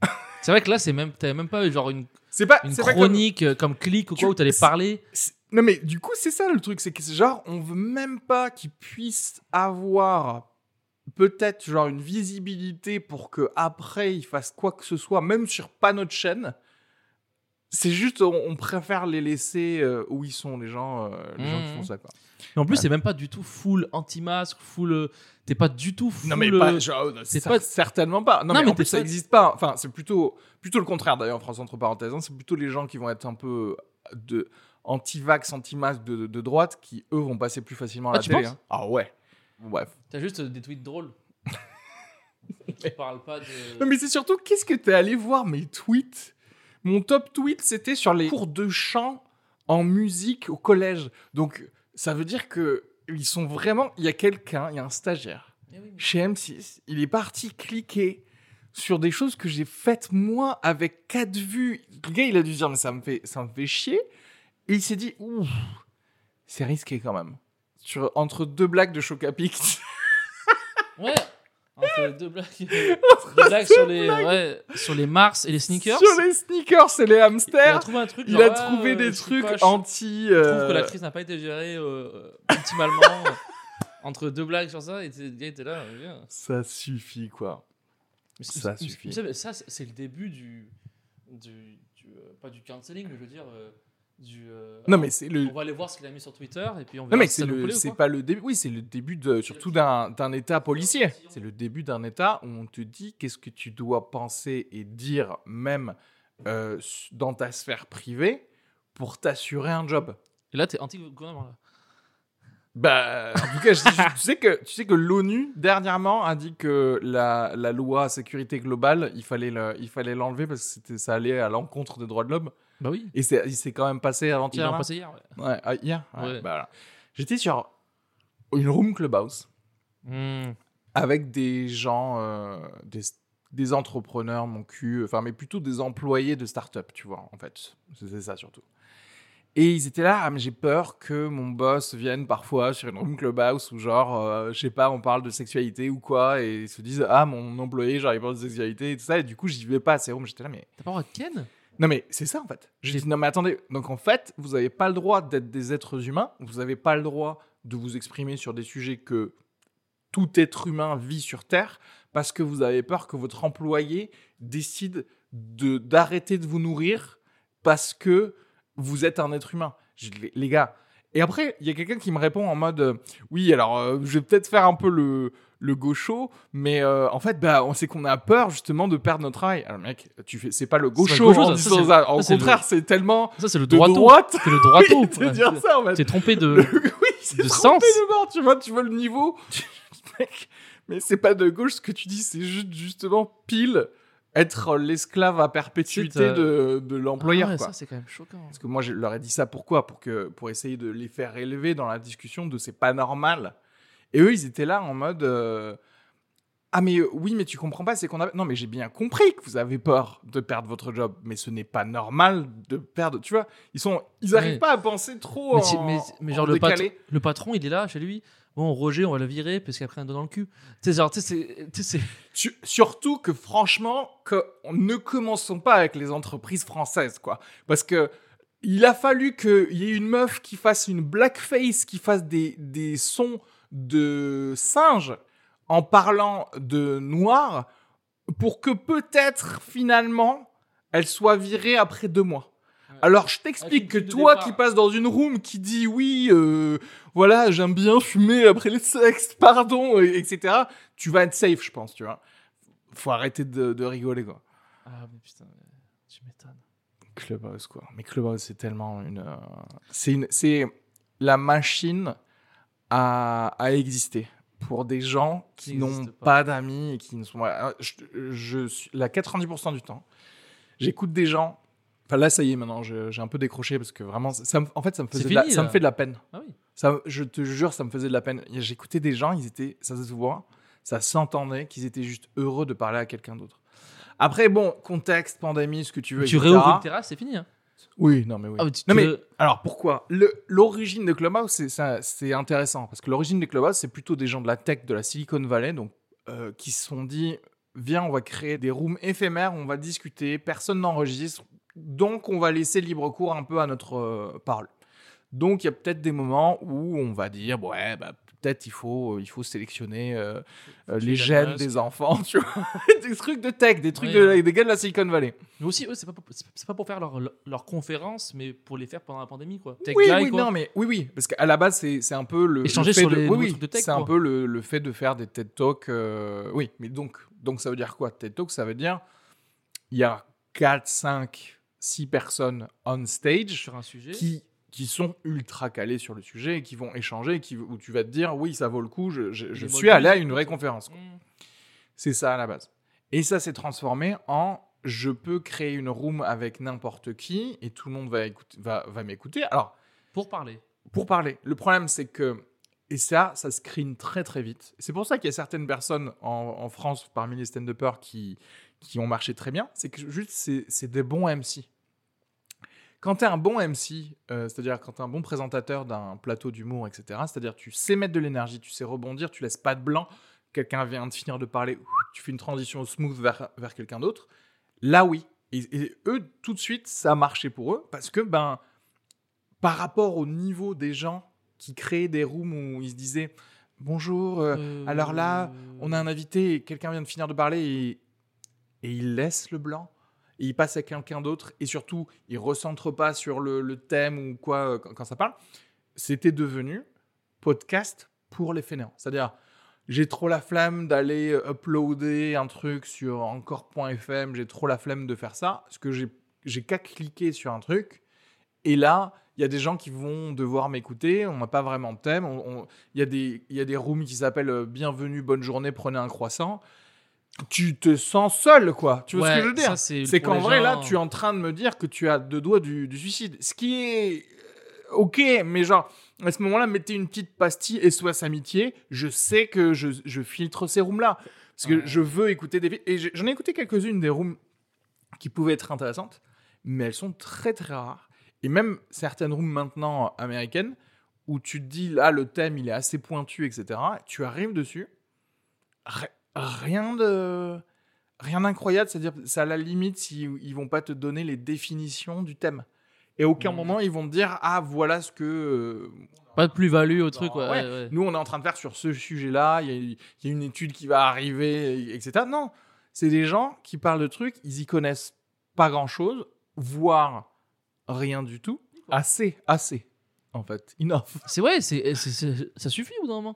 [SPEAKER 3] C'est vrai que là, c'est même, t'avais même pas genre une,
[SPEAKER 1] C'est pas,
[SPEAKER 3] une
[SPEAKER 1] c'est pas
[SPEAKER 3] chronique comme... comme Click ou quoi
[SPEAKER 1] Tu-
[SPEAKER 3] où t'allais
[SPEAKER 1] c'est-
[SPEAKER 3] parler.
[SPEAKER 1] C'est- Non mais du coup c'est ça le truc, c'est que c'est genre on veut même pas qu'ils puissent avoir peut-être genre une visibilité pour que après ils fassent quoi que ce soit, même sur pas notre chaîne. C'est juste on, on préfère les laisser euh, où ils sont les gens, euh, les gens qui
[SPEAKER 3] Mmh.
[SPEAKER 1] font ça quoi.
[SPEAKER 3] Mais en plus,
[SPEAKER 1] Ouais.
[SPEAKER 3] c'est même pas du tout full anti-masque, full. euh, T'es pas du tout full.
[SPEAKER 1] Non mais
[SPEAKER 3] euh,
[SPEAKER 1] pas, genre,
[SPEAKER 3] c'est
[SPEAKER 1] c'est
[SPEAKER 3] pas-
[SPEAKER 1] certainement pas. Non,
[SPEAKER 3] Non,
[SPEAKER 1] mais,
[SPEAKER 3] mais
[SPEAKER 1] en
[SPEAKER 3] t'es
[SPEAKER 1] plus ça
[SPEAKER 3] pas-
[SPEAKER 1] existe pas. Enfin c'est plutôt plutôt le contraire d'ailleurs. France entre parenthèses, hein. C'est plutôt les gens qui vont être un peu de anti-vax, anti-masque de, de droite qui eux vont passer plus facilement à
[SPEAKER 3] Ah,
[SPEAKER 1] la
[SPEAKER 3] tu
[SPEAKER 1] télé.
[SPEAKER 3] penses
[SPEAKER 1] hein. Ah ouais. Bref.
[SPEAKER 3] T'as juste euh, des tweets drôles. Tu parles pas de.
[SPEAKER 1] Non mais c'est surtout qu'est-ce que t'es allé voir mes tweets. Mon top tweet c'était sur les cours de chant en musique au collège. Donc ça veut dire que ils sont vraiment. Il y a quelqu'un, il y a un stagiaire
[SPEAKER 3] Eh oui, mais-
[SPEAKER 1] chez M six. Il est parti cliquer sur des choses que j'ai faites moi avec quatre vues. Le gars il a dû se dire mais ça me fait ça me fait chier. Et il s'est dit ouh c'est risqué quand même. Sur, entre deux blagues de Chocapic.
[SPEAKER 3] Ouais. Entre deux blagues, deux blagues sur les, ouais, sur les Mars et les sneakers.
[SPEAKER 1] Sur les sneakers et les
[SPEAKER 3] Il a
[SPEAKER 1] hamsters.
[SPEAKER 3] trouvé un truc.
[SPEAKER 1] Il
[SPEAKER 3] genre,
[SPEAKER 1] a
[SPEAKER 3] ouais,
[SPEAKER 1] trouvé
[SPEAKER 3] euh,
[SPEAKER 1] des
[SPEAKER 3] je sais
[SPEAKER 1] trucs
[SPEAKER 3] pas, je-
[SPEAKER 1] anti.
[SPEAKER 3] Je trouve
[SPEAKER 1] euh,
[SPEAKER 3] que la crise n'a pas été gérée euh, optimalement. euh, entre deux blagues sur ça, et le gars était là. euh, bien.
[SPEAKER 1] Ça suffit, quoi.
[SPEAKER 3] Mais c'est-
[SPEAKER 1] Ça
[SPEAKER 3] mais-
[SPEAKER 1] suffit.
[SPEAKER 3] mais ça, mais ça, c'est c'est le début du. du, du, euh, pas du cancelling, mais je veux dire. euh, du, euh,
[SPEAKER 1] Non,
[SPEAKER 3] alors,
[SPEAKER 1] mais c'est le.
[SPEAKER 3] on va aller voir ce qu'il a mis sur Twitter et puis on
[SPEAKER 1] Non,
[SPEAKER 3] verra
[SPEAKER 1] mais
[SPEAKER 3] si
[SPEAKER 1] c'est
[SPEAKER 3] ça nous
[SPEAKER 1] le.
[SPEAKER 3] plaît ou
[SPEAKER 1] C'est
[SPEAKER 3] quoi.
[SPEAKER 1] pas le début. Oui, c'est le début de surtout d'un d'un état policier. C'est le début d'un état où on te dit qu'est-ce que tu dois penser et dire même euh, dans ta sphère privée pour t'assurer un job.
[SPEAKER 3] Et là, t'es anti-gouvernement. là.
[SPEAKER 1] Bah, en tout cas, je dis- tu sais que tu sais que l'ONU dernièrement a dit que la, la loi sécurité globale, il fallait le, il fallait l'enlever parce que c'était ça allait à l'encontre des droits de l'homme.
[SPEAKER 3] Bah oui.
[SPEAKER 1] Et c'est, il s'est quand même passé
[SPEAKER 3] Ils
[SPEAKER 1] avant-hier.
[SPEAKER 3] l'ont
[SPEAKER 1] là.
[SPEAKER 3] passé hier. Ouais.
[SPEAKER 1] Ouais, ah, hier. Ouais,
[SPEAKER 3] Ouais.
[SPEAKER 1] bah voilà. J'étais sur une room clubhouse
[SPEAKER 3] Hmm.
[SPEAKER 1] avec des gens, euh, des, des entrepreneurs, mon cul, enfin, mais plutôt des employés de start-up, tu vois, en fait. C'est ça surtout. Et ils étaient là, ah, mais j'ai peur que mon boss vienne parfois sur une room clubhouse où genre, euh, je sais pas, on parle de sexualité ou quoi, et ils se disent, ah, mon employé, genre, il parle de sexualité et tout ça, et du coup, j'y vais pas à ces rooms. J'étais là, mais.
[SPEAKER 3] T'as pas le droit de Ken.
[SPEAKER 1] Non, mais c'est ça, en fait. J'ai dit, non, mais attendez, donc en fait, vous n'avez pas le droit d'être des êtres humains, vous n'avez pas le droit de vous exprimer sur des sujets que tout être humain vit sur Terre, parce que vous avez peur que votre employé décide de, d'arrêter de vous nourrir parce que vous êtes un être humain. J'ai dit, les, les gars. Et après, il y a quelqu'un qui me répond en mode euh, oui, alors euh, je vais peut-être faire un peu le, le gaucho, mais euh, en fait, bah, on sait qu'on a peur justement de perdre notre travail. Alors, mec, tu fais, c'est pas le gaucho.
[SPEAKER 3] gaucho,
[SPEAKER 1] en
[SPEAKER 3] ça,
[SPEAKER 1] disant
[SPEAKER 3] ça, c'est-
[SPEAKER 1] ça. Au
[SPEAKER 3] ça, c'est
[SPEAKER 1] contraire,
[SPEAKER 3] le-
[SPEAKER 1] c'est tellement
[SPEAKER 3] Ça, c'est le
[SPEAKER 1] de
[SPEAKER 3] droito.
[SPEAKER 1] droite.
[SPEAKER 3] C'est le droito.
[SPEAKER 1] Oui, de
[SPEAKER 3] Ouais.
[SPEAKER 1] dire ça, en fait.
[SPEAKER 3] C'est trompé de.
[SPEAKER 1] Le- oui, c'est
[SPEAKER 3] de
[SPEAKER 1] trompé
[SPEAKER 3] sens.
[SPEAKER 1] de bord, tu vois, tu vois le niveau. Mec, mais c'est pas de gauche ce que tu dis, c'est juste justement pile être l'esclave à perpétuité
[SPEAKER 3] C'est,
[SPEAKER 1] de, de l'employeur.
[SPEAKER 3] Ah ouais,
[SPEAKER 1] quoi.
[SPEAKER 3] ça, c'est quand même choquant.
[SPEAKER 1] Parce que moi, je leur ai dit ça pourquoi pour, que, pour essayer de les faire élever dans la discussion de c'est pas normal. Et eux, ils étaient là en mode euh, ah, mais euh, oui, mais tu comprends pas, c'est qu'on a. Non, mais j'ai bien compris que vous avez peur de perdre votre job, mais ce n'est pas normal de perdre. Tu vois, ils sont, ils arrivent
[SPEAKER 3] Ouais.
[SPEAKER 1] pas à penser trop
[SPEAKER 3] Mais,
[SPEAKER 1] en,
[SPEAKER 3] si- mais, mais genre,
[SPEAKER 1] en
[SPEAKER 3] le, pat-
[SPEAKER 1] décalé.
[SPEAKER 3] le patron, il est là chez lui. Bon, Roger, on va le virer parce qu'après, un doigt dans le cul. Tu sais, genre, tu sais, c'est- tu sais, c'est.
[SPEAKER 1] Su- Surtout que franchement, que ne commençons pas avec les entreprises françaises, quoi. Parce que il a fallu qu'il y ait une meuf qui fasse une blackface, qui fasse des, des sons de singe en parlant de noir, pour que peut-être finalement elle soit virée après deux mois. Alors je
[SPEAKER 3] Avec
[SPEAKER 1] t'explique
[SPEAKER 3] une
[SPEAKER 1] que
[SPEAKER 3] pub de
[SPEAKER 1] toi
[SPEAKER 3] départ.
[SPEAKER 1] qui passes dans une room qui dit oui, euh, voilà, j'aime bien fumer après le sexe, pardon, et- etc. Tu vas être safe, je pense, tu vois. Faut arrêter de, de rigoler, quoi.
[SPEAKER 3] Ah, mais putain, tu m'étonnes.
[SPEAKER 1] Clubhouse, quoi. Mais Clubhouse, c'est tellement une... euh, C'est une, c'est la machine à, à exister pour des gens qui
[SPEAKER 3] Qui
[SPEAKER 1] n'ont
[SPEAKER 3] n'existent
[SPEAKER 1] pas,
[SPEAKER 3] pas.
[SPEAKER 1] d'amis et qui ne sont... voilà, Je, je suis... Là, quatre-vingt-dix pour cent du temps, j'écoute des gens... Enfin, là, ça y est, maintenant, je- j'ai un peu décroché parce que vraiment... Ça me- en fait, ça me, faisait
[SPEAKER 3] C'est
[SPEAKER 1] de la,
[SPEAKER 3] fini,
[SPEAKER 1] ça me
[SPEAKER 3] là.
[SPEAKER 1] fait de la peine.
[SPEAKER 3] Ah oui.
[SPEAKER 1] Ça, je te jure, ça me faisait de la peine. J'écoutais des gens, ils étaient, ça se voit, ça s'entendait, qu'ils étaient juste heureux de parler à quelqu'un d'autre. Après, bon, contexte, pandémie, ce que tu veux,
[SPEAKER 3] Tu
[SPEAKER 1] et cetera.
[SPEAKER 3] réouvres une terrasse, c'est fini. Hein.
[SPEAKER 1] Oui, non, mais oui.
[SPEAKER 3] Ah, mais tu-
[SPEAKER 1] non,
[SPEAKER 3] tu
[SPEAKER 1] mais
[SPEAKER 3] le-
[SPEAKER 1] alors pourquoi Le- L'origine de Clubhouse, c'est, ça- c'est intéressant parce que l'origine de Clubhouse, c'est plutôt des gens de la tech, de la Silicon Valley, donc euh, qui se sont dit viens, on va créer des rooms éphémères, on va discuter, personne n'enregistre, donc on va laisser libre cours un peu à notre euh, parole. Donc il y a peut-être des moments où on va dire, ouais, bah, peut-être il faut, il faut sélectionner euh, euh, les gènes des enfants, tu vois, des trucs de tech, des trucs
[SPEAKER 3] Ouais,
[SPEAKER 1] de,
[SPEAKER 3] ouais.
[SPEAKER 1] des gars de la Silicon Valley.
[SPEAKER 3] Mais aussi, eux, c'est pas, pour- c'est c'est pas pour faire leur, leur conférence, mais pour les faire pendant la pandémie, quoi. Tech
[SPEAKER 1] Oui,
[SPEAKER 3] Guy,
[SPEAKER 1] oui,
[SPEAKER 3] quoi.
[SPEAKER 1] non, mais oui, oui, parce qu'à la base, c'est, c'est un peu le,
[SPEAKER 3] Échanger
[SPEAKER 1] le fait
[SPEAKER 3] sur
[SPEAKER 1] de,
[SPEAKER 3] les
[SPEAKER 1] oui,
[SPEAKER 3] nouveaux
[SPEAKER 1] oui,
[SPEAKER 3] trucs de tech,
[SPEAKER 1] c'est un
[SPEAKER 3] quoi.
[SPEAKER 1] peu le, le fait de faire des TED Talks. euh, oui, mais donc, donc ça veut dire quoi? TED Talk, ça veut dire il y a quatre, cinq, six personnes on stage
[SPEAKER 3] Sur un sujet.
[SPEAKER 1] qui qui sont ultra calés sur le sujet et qui vont échanger, qui, où tu vas te dire oui, ça vaut le coup, je, je, je
[SPEAKER 3] Les
[SPEAKER 1] suis
[SPEAKER 3] modules,
[SPEAKER 1] allé à
[SPEAKER 3] c'est
[SPEAKER 1] une
[SPEAKER 3] tout,
[SPEAKER 1] vraie
[SPEAKER 3] ça.
[SPEAKER 1] conférence, quoi.
[SPEAKER 3] Mmh.
[SPEAKER 1] C'est ça à la base. Et ça s'est transformé en je peux créer une room avec n'importe qui et tout le monde va, écouter, va, va m'écouter. Alors,
[SPEAKER 3] Pour parler.
[SPEAKER 1] pour parler, le problème c'est que, et ça, ça screen très très vite. C'est pour ça qu'il y a certaines personnes en, en France, parmi les stand-uppers, qui, qui ont marché très bien, c'est que juste c'est, c'est des bons M C. Quand tu es un bon M C, euh, c'est-à-dire quand tu es un bon présentateur d'un plateau d'humour, et cetera, c'est-à-dire tu sais mettre de l'énergie, tu sais rebondir, tu laisses pas de blanc, quelqu'un vient de finir de parler, tu fais une transition smooth vers, vers quelqu'un d'autre, là oui. Et, et eux, tout de suite, ça a marché pour eux, parce que ben, par rapport au niveau des gens qui créaient des rooms où ils se disaient « Bonjour, euh,
[SPEAKER 3] Euh,
[SPEAKER 1] alors là, on a un invité, et quelqu'un vient de finir de parler, et, et il laisse le blanc. » Et il passe à quelqu'un d'autre, et surtout, il ne recentre pas sur le, le thème ou quoi euh, quand, quand ça parle. C'était devenu podcast pour les fainéants. C'est-à-dire, j'ai trop la flemme d'aller euh, uploader un truc sur encore point f m, j'ai trop la flemme de faire ça, parce que j'ai, j'ai qu'à cliquer sur un truc, et là, il y a des gens qui vont devoir m'écouter, on n'a pas vraiment de thème, on- on- il y a des, il y a des rooms qui s'appellent euh, « Bienvenue, bonne journée, prenez un croissant », tu te sens seul, quoi. Tu vois
[SPEAKER 3] Ouais,
[SPEAKER 1] ce que je veux dire?
[SPEAKER 3] ça, c'est
[SPEAKER 1] C'est
[SPEAKER 3] pour
[SPEAKER 1] qu'en
[SPEAKER 3] les
[SPEAKER 1] vrai,
[SPEAKER 3] gens-
[SPEAKER 1] là, tu es en train de me dire que tu as deux doigts du, du suicide. Ce qui est euh, ok, mais genre, à ce moment-là, mettez une petite pastille S O S Amitié. Je sais que je, je filtre ces rooms-là. Parce que
[SPEAKER 3] Ouais.
[SPEAKER 1] je veux écouter des... vi- Et j'ai- j'en ai écouté quelques-unes des rooms qui pouvaient être intéressantes, mais elles sont très, très rares. Et même certaines rooms maintenant américaines, où tu te dis, là, le thème, il est assez pointu, et cetera. Tu arrives dessus, ri- rien de... Rien d'incroyable, c'est-à-dire c'est à la limite s'ils ils vont pas te donner les définitions du thème. Et à aucun
[SPEAKER 3] Mmh.
[SPEAKER 1] moment ils vont te dire ah voilà ce que euh,
[SPEAKER 3] Pas de plus-value au truc, ouais.
[SPEAKER 1] ouais,
[SPEAKER 3] ouais, ouais.
[SPEAKER 1] nous on est en train de faire sur ce sujet-là, il y, a- il y a une étude qui va arriver, et cetera. Non, c'est des gens qui parlent de trucs, ils y connaissent pas grand-chose, voire rien du tout. Assez, assez, en fait, enough.
[SPEAKER 3] C'est ouais, c'est, c'est, c'est- ça suffit au bout d'un moment.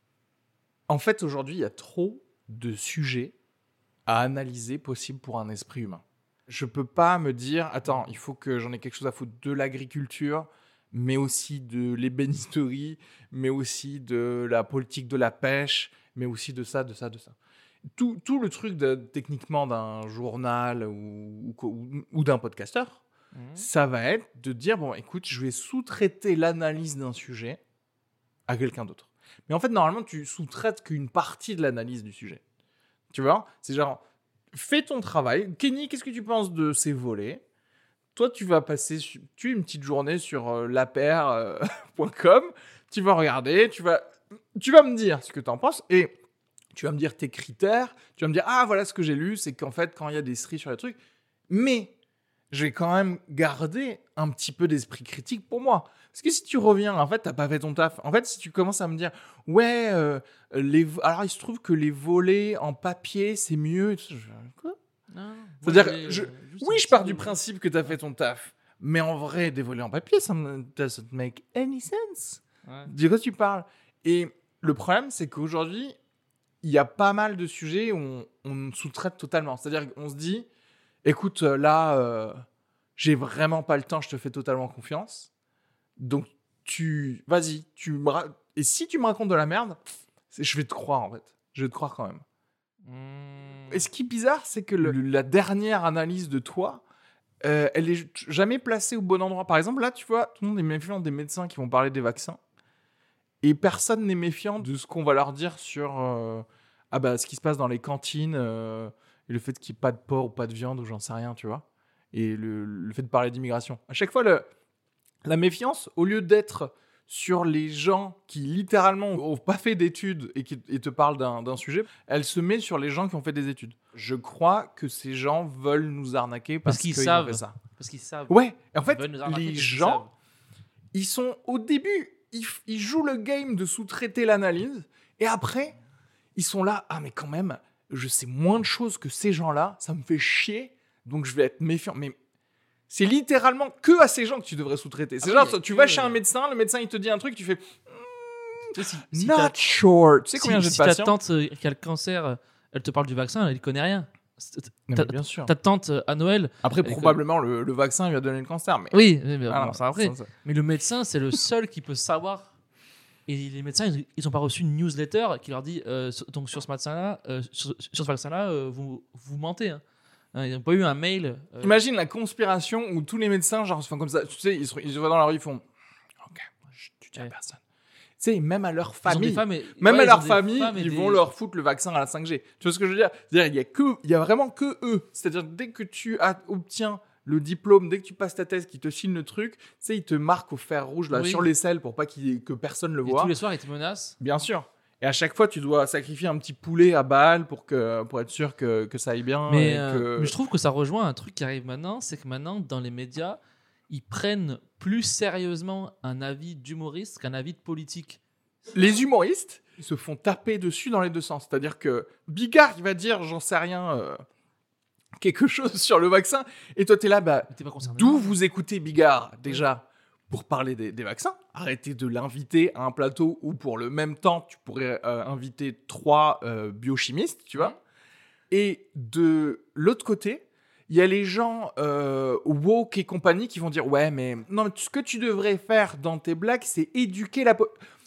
[SPEAKER 1] En fait, aujourd'hui, il y a trop de sujets à analyser possible pour un esprit humain. Je peux pas me dire, attends, il faut que j'en ai quelque chose à foutre de l'agriculture, mais aussi de l'ébénisterie, mais aussi de la politique de la pêche, mais aussi de ça, de ça, de ça. Tout, tout le truc de, techniquement d'un journal ou, ou, ou- ou d'un podcasteur,
[SPEAKER 3] Mmh.
[SPEAKER 1] ça va être de dire, bon, écoute, je vais sous-traiter l'analyse d'un sujet à quelqu'un d'autre. Mais en fait, normalement, tu sous-traites qu'une partie de l'analyse du sujet. Tu vois? C'est genre, fais ton travail. Kenny, qu'est-ce que tu penses de ces volets? Toi, tu vas passer su- tu une petite journée sur euh, laper point com. Tu vas regarder, tu vas, tu vas me dire ce que tu en penses et tu vas me dire tes critères. Tu vas me dire, ah, voilà ce que j'ai lu, c'est qu'en fait, quand il y a des stries sur les trucs, mais je vais quand même garder un petit peu d'esprit critique pour moi. Parce que si tu reviens, en fait, t'as pas fait ton taf. En fait, si tu commences à me dire, ouais, euh, les... vo- alors il se trouve que les volets en papier, c'est mieux. et tout ça, je- Quoi?
[SPEAKER 3] Non, non.
[SPEAKER 1] C'est-à-dire,
[SPEAKER 3] Moi, j'ai,
[SPEAKER 1] je-
[SPEAKER 3] euh, juste
[SPEAKER 1] oui,
[SPEAKER 3] un
[SPEAKER 1] je
[SPEAKER 3] petit
[SPEAKER 1] pars
[SPEAKER 3] peu
[SPEAKER 1] du
[SPEAKER 3] de-
[SPEAKER 1] principe que t'as fait ton taf. Mais en vrai, des volets en papier, ça ne doesn't make any sense.
[SPEAKER 3] Ouais.
[SPEAKER 1] De quoi tu parles? Et le problème, c'est qu'aujourd'hui, il y a pas mal de sujets où on, on sous-traite totalement. C'est-à-dire qu'on se dit, écoute, euh, là, euh, j'ai vraiment pas le temps, je te fais totalement confiance. Donc, tu, vas-y, tu me ra- et si tu me racontes de la merde, c'est- je vais te croire en fait. Je vais te croire quand même.
[SPEAKER 3] Mmh.
[SPEAKER 1] Et ce qui est bizarre, c'est que le- la dernière analyse de toi, euh, elle est jamais placée au bon endroit. Par exemple, là, tu vois, tout le monde est méfiant des médecins qui vont parler des vaccins. Et personne n'est méfiant de ce qu'on va leur dire sur euh, ah bah, ce qui se passe dans les cantines euh, et le fait qu'il n'y ait pas de porc ou pas de viande ou j'en sais rien, tu vois. Et le, le fait de parler d'immigration. À chaque fois, le, la méfiance, au lieu d'être sur les gens qui littéralement ont pas fait d'études et qui et te parlent d'un, d'un sujet, elle se met sur les gens qui ont fait des études. Je crois que ces gens veulent nous arnaquer parce,
[SPEAKER 3] Parce qu'ils
[SPEAKER 1] qu'ils
[SPEAKER 3] savent.
[SPEAKER 1] ont fait ça.
[SPEAKER 3] Parce qu'ils savent.
[SPEAKER 1] Ouais, et en
[SPEAKER 3] Ils
[SPEAKER 1] fait,
[SPEAKER 3] veulent nous arnaquer
[SPEAKER 1] les
[SPEAKER 3] parce qu'ils
[SPEAKER 1] gens,
[SPEAKER 3] savent.
[SPEAKER 1] ils sont au début, ils, f- ils jouent le game de sous-traiter l'analyse, et après, ils sont là, ah mais quand même, je sais moins de choses que ces gens-là, ça me fait chier, donc je vais être méfiant. Mais c'est littéralement que à ces gens que tu devrais sous-traiter. C'est
[SPEAKER 3] Ah
[SPEAKER 1] genre,
[SPEAKER 3] oui, y a
[SPEAKER 1] tu
[SPEAKER 3] que-
[SPEAKER 1] vas chez un médecin, le médecin il te dit un truc, tu fais
[SPEAKER 3] Tu sais, si, si
[SPEAKER 1] not
[SPEAKER 3] ta-
[SPEAKER 1] sure. Tu sais
[SPEAKER 3] si-
[SPEAKER 1] combien j'ai de
[SPEAKER 3] si ta
[SPEAKER 1] patients
[SPEAKER 3] tante euh, qui a le cancer, euh, elle te parle du vaccin, elle ne connaît rien. C'est-
[SPEAKER 1] Non,
[SPEAKER 3] ta-
[SPEAKER 1] mais bien sûr.
[SPEAKER 3] Ta tante euh, à Noël.
[SPEAKER 1] Après,
[SPEAKER 3] elle
[SPEAKER 1] probablement, le, le vaccin lui a donné le cancer. Mais
[SPEAKER 3] Oui, mais mais
[SPEAKER 1] Ah,
[SPEAKER 3] bon, ça après.
[SPEAKER 1] ça, ça.
[SPEAKER 3] Mais le médecin, c'est le seul qui peut savoir. Et les médecins, ils n'ont pas reçu une newsletter qui leur dit euh, sur- donc sur ce vaccin-là, euh, sur, sur ce vaccin-là, euh, vous, vous mentez. Hein. Hein, ils n'ont pas eu un mail. euh,
[SPEAKER 1] Imagine la conspiration où tous les médecins, genre, se font comme ça. Tu sais, ils se, ils se voient dans la rue, ils font ok, je- tu dis à
[SPEAKER 3] Ouais.
[SPEAKER 1] personne. Tu sais, même à leur
[SPEAKER 3] ils ont
[SPEAKER 1] famille.
[SPEAKER 3] des femmes et-
[SPEAKER 1] Même
[SPEAKER 3] ouais,
[SPEAKER 1] à
[SPEAKER 3] ils
[SPEAKER 1] leur
[SPEAKER 3] ont des
[SPEAKER 1] famille,
[SPEAKER 3] femmes et
[SPEAKER 1] ils
[SPEAKER 3] des-
[SPEAKER 1] vont leur foutre le vaccin à la cinq G. Tu vois ce que je veux dire? C'est-à-dire, il y a que, il y a vraiment que eux. C'est-à-dire, dès que tu as, obtiens le diplôme, dès que tu passes ta thèse, qu'ils te filent le truc, tu sais, ils te marquent au fer rouge là
[SPEAKER 3] Oui.
[SPEAKER 1] sur l'aisselle pour pas qu'il y ait- que personne le
[SPEAKER 3] Et
[SPEAKER 1] voit.
[SPEAKER 3] tous les soirs, ils te menacent.
[SPEAKER 1] Bien sûr. Et à chaque fois, tu dois sacrifier un petit poulet à Baal pour que, pour être sûr que, que ça aille bien.
[SPEAKER 3] Mais,
[SPEAKER 1] et
[SPEAKER 3] euh,
[SPEAKER 1] que...
[SPEAKER 3] mais je trouve que ça rejoint un truc qui arrive maintenant, c'est que maintenant, dans les médias, ils prennent plus sérieusement un avis d'humoriste qu'un avis de politique.
[SPEAKER 1] Les humoristes, ils se font taper dessus dans les deux sens. C'est-à-dire que Bigard, il va dire, j'en sais rien, euh, quelque chose sur le vaccin, et toi, t'es là, bah,
[SPEAKER 3] Mais t'es pas concerné.
[SPEAKER 1] d'où vous écoutez Bigard, déjà, pour parler des, des vaccins? Arrêtez de l'inviter à un plateau où, pour le même temps, tu pourrais euh, inviter trois euh, biochimistes, tu vois. Et de l'autre côté, il y a les gens euh, woke et compagnie qui vont dire, ouais, mais non, mais ce que tu devrais faire dans tes blagues, c'est éduquer la... po-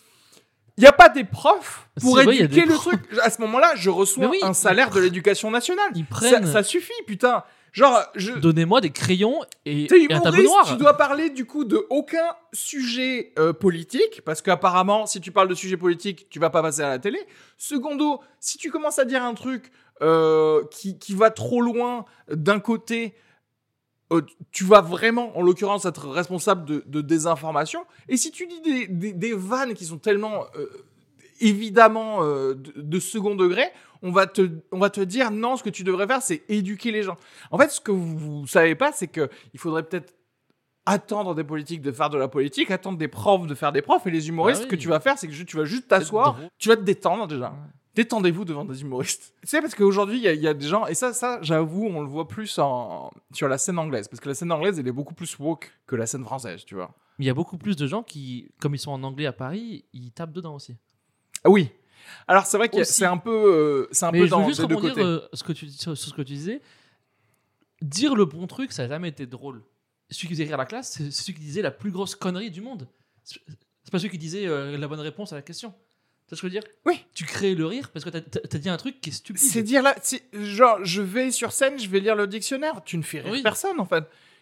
[SPEAKER 1] Il n'y a pas des profs pour
[SPEAKER 3] C'est vrai, il y a
[SPEAKER 1] éduquer
[SPEAKER 3] des
[SPEAKER 1] le
[SPEAKER 3] profs.
[SPEAKER 1] truc. À ce moment-là, je reçois
[SPEAKER 3] Mais oui,
[SPEAKER 1] un
[SPEAKER 3] ils
[SPEAKER 1] salaire de
[SPEAKER 3] pre-
[SPEAKER 1] l'éducation nationale.
[SPEAKER 3] Ils
[SPEAKER 1] Ça,
[SPEAKER 3] prennent.
[SPEAKER 1] ça suffit, putain. Genre, je...
[SPEAKER 3] Donnez-moi des crayons et,
[SPEAKER 1] T'es
[SPEAKER 3] et un tableau
[SPEAKER 1] humoriste,
[SPEAKER 3] noir.
[SPEAKER 1] tu dois parler du coup de aucun sujet euh, politique, parce qu'apparemment, si tu parles de sujet politique, tu vas pas passer à la télé. Secondo, si tu commences à dire un truc euh, qui, qui va trop loin d'un côté, euh, tu vas vraiment, en l'occurrence, être responsable de, de désinformation. Et si tu dis des, des, des vannes qui sont tellement euh, évidemment euh, de, de second degré, on va, te, on va te dire non, ce que tu devrais faire, c'est éduquer les gens. En fait, ce que vous ne savez pas, c'est qu'il faudrait peut-être attendre des politiques de faire de la politique, attendre des profs de faire des profs, et les humoristes,
[SPEAKER 3] Ah
[SPEAKER 1] ce
[SPEAKER 3] oui.
[SPEAKER 1] que tu vas faire, c'est que tu vas juste t'asseoir,
[SPEAKER 3] drôle.
[SPEAKER 1] tu vas te détendre déjà.
[SPEAKER 3] Ouais.
[SPEAKER 1] Détendez-vous devant des humoristes. Tu sais, parce qu'aujourd'hui, il y, a- il y a des gens, et ça, ça j'avoue, on le voit plus en, sur la scène anglaise, parce que la scène anglaise, elle est beaucoup plus woke que la scène française, tu vois.
[SPEAKER 3] Mais il y a beaucoup plus de gens qui, comme ils sont en anglais à Paris, ils tapent dedans aussi.
[SPEAKER 1] Ah oui. Alors, c'est vrai que
[SPEAKER 3] Aussi.
[SPEAKER 1] c'est un peu, euh, c'est un
[SPEAKER 3] Mais
[SPEAKER 1] peu
[SPEAKER 3] je
[SPEAKER 1] dans
[SPEAKER 3] veux juste
[SPEAKER 1] les deux
[SPEAKER 3] rebondir
[SPEAKER 1] côtés.
[SPEAKER 3] euh, ce que tu, sur, sur ce que tu disais. Dire le bon truc, ça n'a jamais été drôle. Celui qui faisait rire la classe, c'est c'est celui qui disait la plus grosse connerie du monde. C'est c'est pas celui qui disait euh, la bonne réponse à la question. Tu vois ce que je veux dire?
[SPEAKER 1] Oui.
[SPEAKER 3] Tu crées le rire parce que t'as as dit un truc qui est stupide.
[SPEAKER 1] C'est dire là, c'est- genre, je vais sur scène, je vais lire le dictionnaire. Tu ne fais rire
[SPEAKER 3] Oui.
[SPEAKER 1] personne, en fait.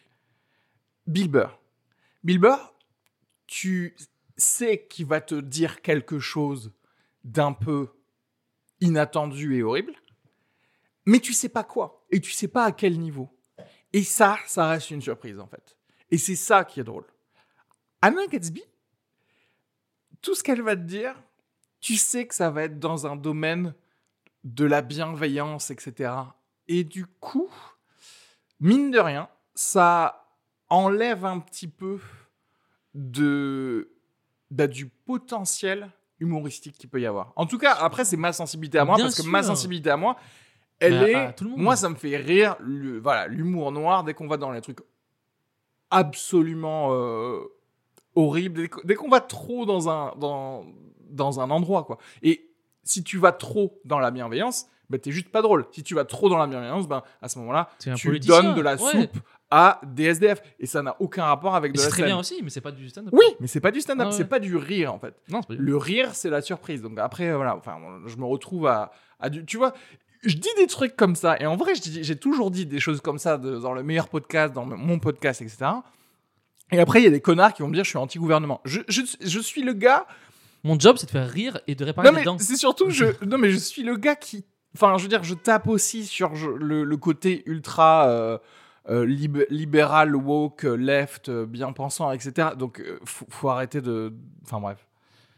[SPEAKER 1] Bill Burr. Bill Burr, tu sais qu'il va te dire quelque chose d'un peu inattendu et horrible, mais tu sais pas quoi. Et tu sais pas à quel niveau. Et ça, ça reste une surprise, en fait. Et c'est ça qui est drôle. Anna Gatsby, tout ce qu'elle va te dire, tu sais que ça va être dans un domaine de la bienveillance, et cetera. Et du coup, mine de rien, ça enlève un petit peu de, bah, du potentiel humoristique qu'il peut y avoir. En tout cas, après, c'est ma sensibilité à moi,
[SPEAKER 3] Bien
[SPEAKER 1] parce que
[SPEAKER 3] sûr.
[SPEAKER 1] ma sensibilité à moi, elle
[SPEAKER 3] Mais
[SPEAKER 1] est...
[SPEAKER 3] à- à tout le monde.
[SPEAKER 1] Moi, ça me fait rire, le, voilà, l'humour noir, dès qu'on va dans les trucs absolument euh, horribles, dès, que- dès qu'on va trop dans un, dans, dans un endroit, quoi. Et si tu vas trop dans la bienveillance, ben, t'es juste pas drôle. Si tu vas trop dans la bienveillance, ben, à ce moment-là,
[SPEAKER 3] C'est un
[SPEAKER 1] tu
[SPEAKER 3] politicien,
[SPEAKER 1] donnes de la
[SPEAKER 3] ouais.
[SPEAKER 1] soupe à des S D F. Et ça n'a aucun rapport avec
[SPEAKER 3] Et
[SPEAKER 1] de
[SPEAKER 3] c'est
[SPEAKER 1] la
[SPEAKER 3] très
[SPEAKER 1] scène.
[SPEAKER 3] bien aussi, mais c'est pas du stand-up.
[SPEAKER 1] Oui, mais c'est pas du stand-up,
[SPEAKER 3] Ah ouais.
[SPEAKER 1] c'est pas du rire, en fait.
[SPEAKER 3] Non, c'est pas du
[SPEAKER 1] Le rire, c'est la surprise. Donc après, euh, voilà, enfin, je me retrouve à, à du, tu vois, je dis des trucs comme ça. Et en vrai, je dis- j'ai toujours dit des choses comme ça de- dans le meilleur podcast, dans mon podcast, et cetera. Et après, il y a des connards qui vont me dire, je suis anti-gouvernement. Je, je, je suis le gars.
[SPEAKER 3] Mon job, c'est de faire rire et de réparer
[SPEAKER 1] Non,
[SPEAKER 3] les
[SPEAKER 1] mais
[SPEAKER 3] dents.
[SPEAKER 1] c'est surtout, je, non, mais je suis le gars qui, enfin, je veux dire, je tape aussi sur je- le, le côté ultra, euh, euh, lib- libéral, woke, left, euh, bien pensant, et cetera. Donc, euh, faut, faut arrêter de... Enfin, bref.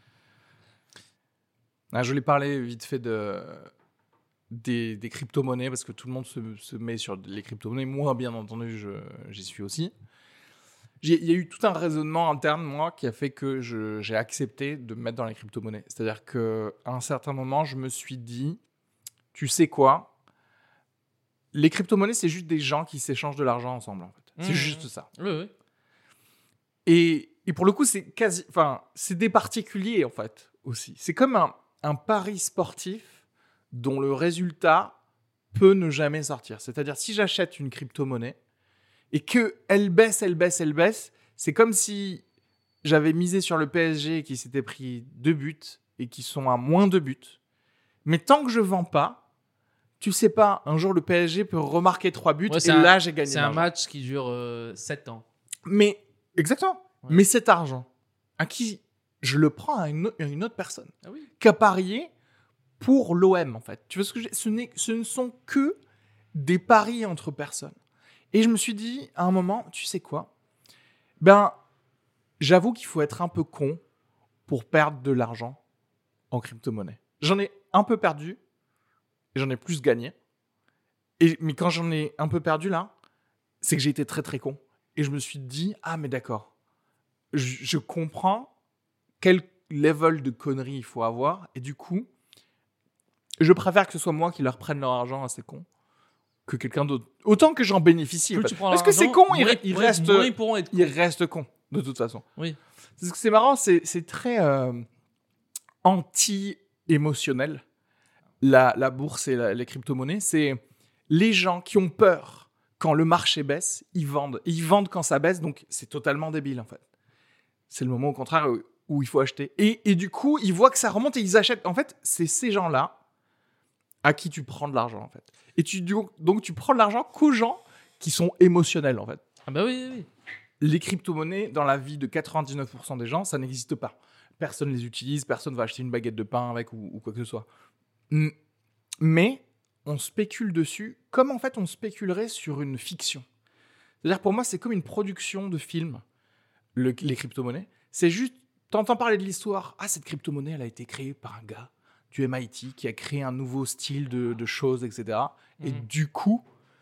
[SPEAKER 1] Ah, je voulais parler vite fait de... Des, des crypto-monnaies, parce que tout le monde se, se met sur les crypto-monnaies. Moi, bien entendu, je, j'y suis aussi. Il y a eu tout un raisonnement interne, moi, qui a fait que je, j'ai accepté de me mettre dans les crypto-monnaies. C'est-à-dire qu'à un certain moment, je me suis dit, tu sais quoi ? Les crypto-monnaies, c'est juste des gens qui s'échangent de l'argent ensemble, en fait. C'est
[SPEAKER 3] Mmh.
[SPEAKER 1] juste ça.
[SPEAKER 3] Oui, oui.
[SPEAKER 1] Et, et pour le coup, c'est quasi... Enfin, c'est des particuliers, en fait, aussi. C'est comme un, un pari sportif dont le résultat peut ne jamais sortir. C'est-à-dire, si j'achète une crypto-monnaie et qu'elle baisse, elle baisse, elle baisse, c'est comme si j'avais misé sur le P S G qui s'était pris deux buts et qui sont à moins deux buts. Mais tant que je vends pas, tu sais pas, un jour le P S G peut remarquer trois buts
[SPEAKER 3] Ouais,
[SPEAKER 1] et
[SPEAKER 3] c'est un-
[SPEAKER 1] là, j'ai gagné.
[SPEAKER 3] C'est un
[SPEAKER 1] l'argent.
[SPEAKER 3] match qui dure euh, sept ans.
[SPEAKER 1] Mais, exactement.
[SPEAKER 3] Ouais.
[SPEAKER 1] Mais cet argent, à qui je le prends à une, à une autre personne
[SPEAKER 3] Ah oui.
[SPEAKER 1] qu'à parier pour l'O M, en fait. Tu vois ce que j'ai ce, n'est, ce ne sont que des paris entre personnes. Et je me suis dit, à un moment, tu sais quoi ? Ben, j'avoue qu'il faut être un peu con pour perdre de l'argent en crypto-monnaie. J'en ai un peu perdu et j'en ai plus gagné. Et, mais quand j'en ai un peu perdu, là, c'est que j'ai été très, très con. Et je me suis dit, ah, mais d'accord. Je, je comprends quel level de connerie il faut avoir. Et du coup, je préfère que ce soit moi qui leur prenne leur argent à ces cons que quelqu'un d'autre. Autant que j'en bénéficie.
[SPEAKER 3] Plus
[SPEAKER 1] en fait.
[SPEAKER 3] tu prends
[SPEAKER 1] Parce que
[SPEAKER 3] l'argent,
[SPEAKER 1] c'est con, il,
[SPEAKER 3] moins-
[SPEAKER 1] re- il
[SPEAKER 3] moins-
[SPEAKER 1] reste,
[SPEAKER 3] moins ils pourront être
[SPEAKER 1] il
[SPEAKER 3] cons.
[SPEAKER 1] reste con, de toute façon.
[SPEAKER 3] Oui.
[SPEAKER 1] Parce que c'est marrant, c'est, c'est très euh, anti-émotionnel, la, la bourse et la- les crypto-monnaies. C'est les gens qui ont peur quand le marché baisse, ils vendent. Et ils vendent quand ça baisse, donc c'est totalement débile, en fait. C'est le moment, au contraire, où, où il faut acheter. Et, et du coup, ils voient que ça remonte et ils achètent. En fait, c'est ces gens-là à qui tu prends de l'argent, en fait. Et tu, donc, tu prends de l'argent qu'aux gens qui sont émotionnels, en fait.
[SPEAKER 3] Ah bah oui, oui, oui.
[SPEAKER 1] Les crypto-monnaies, dans la vie de quatre-vingt-dix-neuf pour cent des gens, ça n'existe pas. Personne ne les utilise, personne ne va acheter une baguette de pain avec ou, ou quoi que ce soit. Mm. Mais on spécule dessus comme en fait on spéculerait sur une fiction. C'est-à-dire pour moi, c'est comme une production de film, le, les crypto-monnaies. C'est juste, t'entends parler de l'histoire. Ah, cette crypto-monnaie, elle a été créée par un gars du M I T qui a créé un nouveau style de, de choses, et cetera. Et
[SPEAKER 3] Mhm.
[SPEAKER 1] du coup,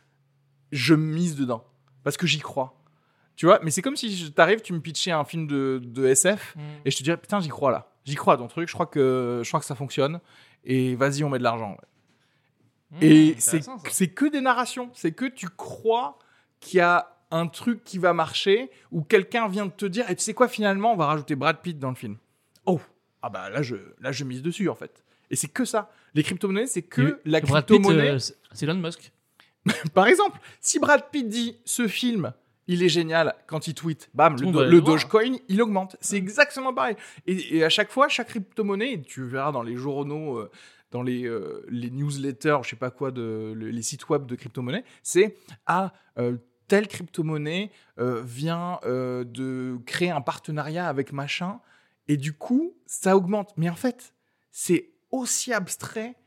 [SPEAKER 1] je mise dedans parce que j'y crois. Tu vois, mais c'est comme si je t'arrive, tu me pitchais un film de, de S F
[SPEAKER 3] Mm.
[SPEAKER 1] et je te dirais putain, j'y crois là. J'y crois à ton truc, je crois que, je crois que ça fonctionne et vas-y, on met de l'argent. Ouais.
[SPEAKER 3] Mm,
[SPEAKER 1] Et c'est,
[SPEAKER 3] intéressant, ça.
[SPEAKER 1] c'est que des narrations, c'est que tu crois qu'il y a un truc qui va marcher ou quelqu'un vient de te dire et tu sais quoi, finalement, on va rajouter Brad Pitt dans le film. Oh, ah bah là, je, là, je mise dessus en fait. Et c'est que ça. Les crypto-monnaies, c'est que
[SPEAKER 3] Et
[SPEAKER 1] la
[SPEAKER 3] Brad Pitt,
[SPEAKER 1] crypto-monnaie.
[SPEAKER 3] euh, c'est c'est Elon Musk.
[SPEAKER 1] Par exemple, si Brad Pitt dit ce film, il est génial, quand il tweet, bam, le,
[SPEAKER 3] On
[SPEAKER 1] do-
[SPEAKER 3] va
[SPEAKER 1] le
[SPEAKER 3] le voir.
[SPEAKER 1] Dogecoin, il augmente. C'est exactement pareil. Et, et à chaque fois, chaque crypto-monnaie, et tu verras dans les journaux, euh, dans les, euh, les newsletters, je sais pas quoi, de, le- les sites web de crypto-monnaie, c'est ah, euh, telle crypto-monnaie euh, vient euh, de créer un partenariat avec machin, et du coup, ça augmente. Mais en fait, c'est aussi abstrait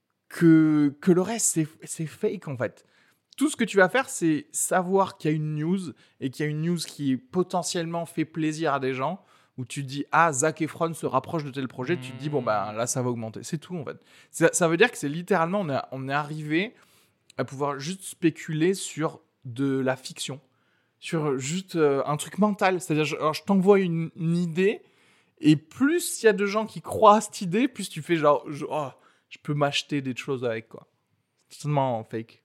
[SPEAKER 1] que, que le reste, c'est, c'est fake en fait. Tout ce que tu vas faire, c'est savoir qu'il y a une news et qu'il y a une news qui potentiellement fait plaisir à des gens où tu te dis ah, Zac Efron se rapproche de tel projet, tu te dis bon bah là ça va augmenter, c'est tout en fait. Ça, ça veut dire que c'est littéralement on est, on est arrivé à pouvoir juste spéculer sur de la fiction, sur juste euh, un truc mental, c'est-à-dire je, alors, je t'envoie une, une idée et plus il y a de gens qui croient à cette idée, plus tu fais genre je, oh, je peux m'acheter des choses avec quoi. C'est totalement fake.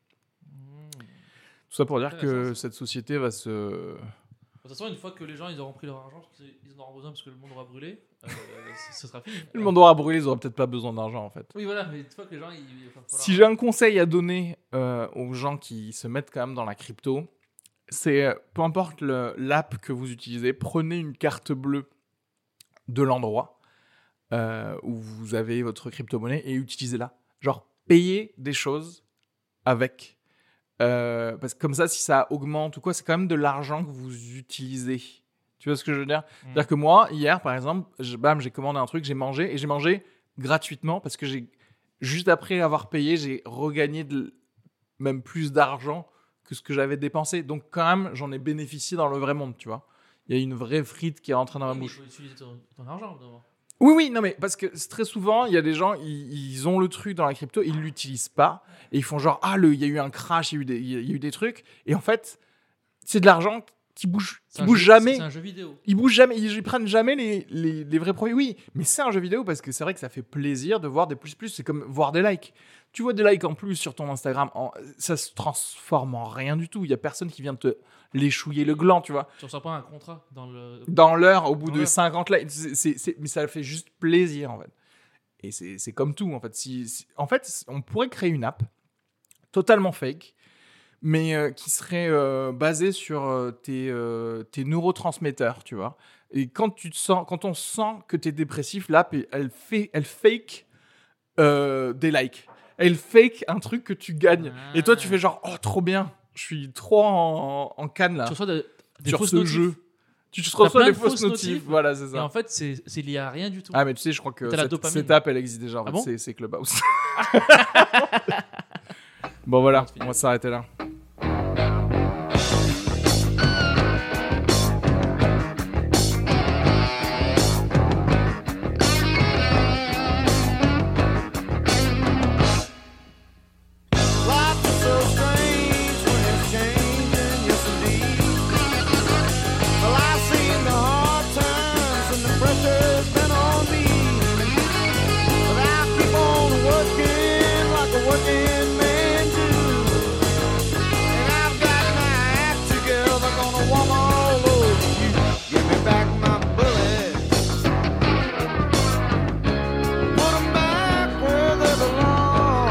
[SPEAKER 1] Tout ça pour dire que
[SPEAKER 3] Intéressant, ça.
[SPEAKER 1] cette société va se...
[SPEAKER 3] De toute façon, une fois que les gens ils auront pris leur argent, parce qu'ils en auront besoin parce que le monde aura brûlé, euh, ce ce sera fini.
[SPEAKER 1] Le monde aura brûlé, ils auront peut-être pas besoin d'argent en fait.
[SPEAKER 3] Oui, voilà, mais une fois que les gens. Ils, il va falloir-
[SPEAKER 1] Si j'ai un conseil à donner euh, aux gens qui se mettent quand même dans la crypto, c'est euh, peu importe le- l'app que vous utilisez, prenez une carte bleue de l'endroit euh, où vous avez votre crypto-monnaie et utilisez-la. Genre, payez des choses avec. Euh, parce que comme ça, si ça augmente ou quoi, c'est quand même de l'argent que vous utilisez. Tu vois ce que je veux dire ?
[SPEAKER 3] Mm.
[SPEAKER 1] C'est-à-dire que moi, hier, par exemple, je- bam, j'ai commandé un truc, j'ai mangé, et j'ai mangé gratuitement parce que j'ai, juste après avoir payé, j'ai regagné de, même plus d'argent que ce que j'avais dépensé. Donc, quand même, j'en ai bénéficié dans le vrai monde, tu vois. Il y a une vraie frite qui est rentrée dans ma
[SPEAKER 3] Oui, mais
[SPEAKER 1] bouche.
[SPEAKER 3] il faut utiliser ton, ton argent, évidemment.
[SPEAKER 1] Oui, oui, non, mais parce que c'est très souvent, il y a des gens, ils, ils ont le truc dans la crypto, ils l'utilisent pas, et ils font genre, ah, le, il y a eu un crash, il y a eu des, il y a eu des trucs, et en fait, c'est de l'argent qui bouge,
[SPEAKER 3] C'est
[SPEAKER 1] qui
[SPEAKER 3] un
[SPEAKER 1] bouge
[SPEAKER 3] jeu-
[SPEAKER 1] jamais.
[SPEAKER 3] C'est un jeu vidéo.
[SPEAKER 1] Ils bougent jamais, ils, ils prennent jamais les, les, les vrais profits. Oui, mais c'est un jeu vidéo parce que c'est vrai que ça fait plaisir de voir des plus plus. C'est comme voir des likes. Tu vois des likes en plus sur ton Instagram, en- ça se transforme en rien du tout. Il y a personne qui vient te l'échouiller le gland, tu vois.
[SPEAKER 3] Tu reçois pas un contrat dans le.
[SPEAKER 1] Dans l'heure, au bout
[SPEAKER 3] Dans
[SPEAKER 1] de
[SPEAKER 3] l'heure.
[SPEAKER 1] cinquante likes, c'est, c'est- c'est- mais ça fait juste plaisir en fait. Et c'est, c'est comme tout en fait. Si, si- en fait, on pourrait créer une app totalement fake, mais euh, qui serait euh, basée sur euh, tes, euh, tes neurotransmetteurs, tu vois. Et quand tu te sens, quand on sent que tu es dépressif, l'app, elle fait, elle fake euh, des likes. Elle fake un truc que tu gagnes.
[SPEAKER 3] Ah.
[SPEAKER 1] Et toi, tu fais genre, oh, trop bien. Je suis trop en, en canne là
[SPEAKER 3] Tu reçois de- des
[SPEAKER 1] sur
[SPEAKER 3] fausses
[SPEAKER 1] ce
[SPEAKER 3] notifs.
[SPEAKER 1] jeu. Tu te
[SPEAKER 3] T'as
[SPEAKER 1] reçois
[SPEAKER 3] plein
[SPEAKER 1] des
[SPEAKER 3] de
[SPEAKER 1] fausses
[SPEAKER 3] fausses
[SPEAKER 1] notifs.
[SPEAKER 3] notifs.
[SPEAKER 1] Voilà, c'est
[SPEAKER 3] Et
[SPEAKER 1] ça.
[SPEAKER 3] en fait, c'est c'est lié à rien du tout.
[SPEAKER 1] Ah, mais tu sais, je crois que
[SPEAKER 3] T'as la
[SPEAKER 1] cette,
[SPEAKER 3] dopamine.
[SPEAKER 1] cette app, elle existe déjà. En
[SPEAKER 3] Ah
[SPEAKER 1] fait.
[SPEAKER 3] bon
[SPEAKER 1] c'est, c'est Clubhouse. Bon, voilà, on va s'arrêter là.
[SPEAKER 4] Life is so strange when it's changing, yes indeed. Well, I've seen the hard times and the pressure's been on me. But I keep on working like a working man do. And I've got my act together, gonna walk all over you. Give me back my bullets. Put 'em back where they belong.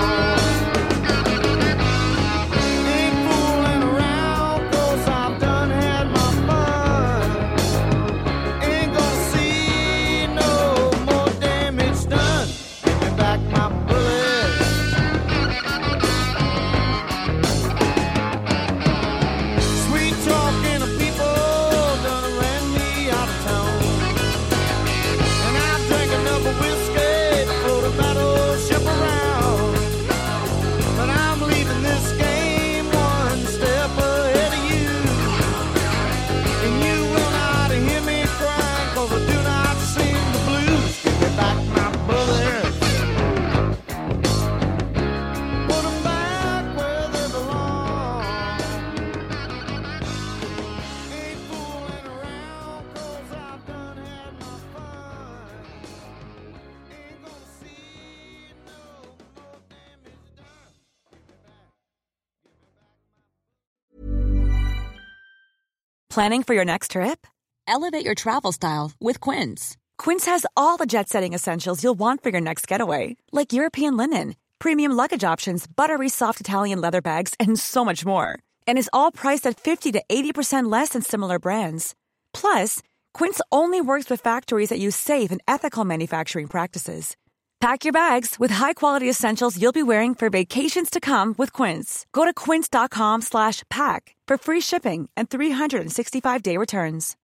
[SPEAKER 4] Ain't fooling around 'cause I've done had my fun. Ain't gonna see no more damage done. Give me back my bullets. Sweet talking of people done ran me out of town. And I've drank enough of whiskey to float a battleship around. But I'm leaving this game one step ahead of you. And you will not hear me crying 'cause I do not sing the blues. Give me back my bullets. Put 'em back where they belong. Ain't fooling around 'cause I've done had my fun. Ain't gonna see no more damage done.
[SPEAKER 5] Planning for your next trip? Elevate your travel style with Quince. Quince has all the jet-setting essentials you'll want for your next getaway, like European linen, premium luggage options, buttery soft Italian leather bags, and so much more. And is all priced at fifty to eighty percent less than similar brands. Plus, Quince only works with factories that use safe and ethical manufacturing practices. Pack your bags with high-quality essentials you'll be wearing for vacations to come with Quince. Go to quince.com slash pack for free shipping and three sixty-five day returns.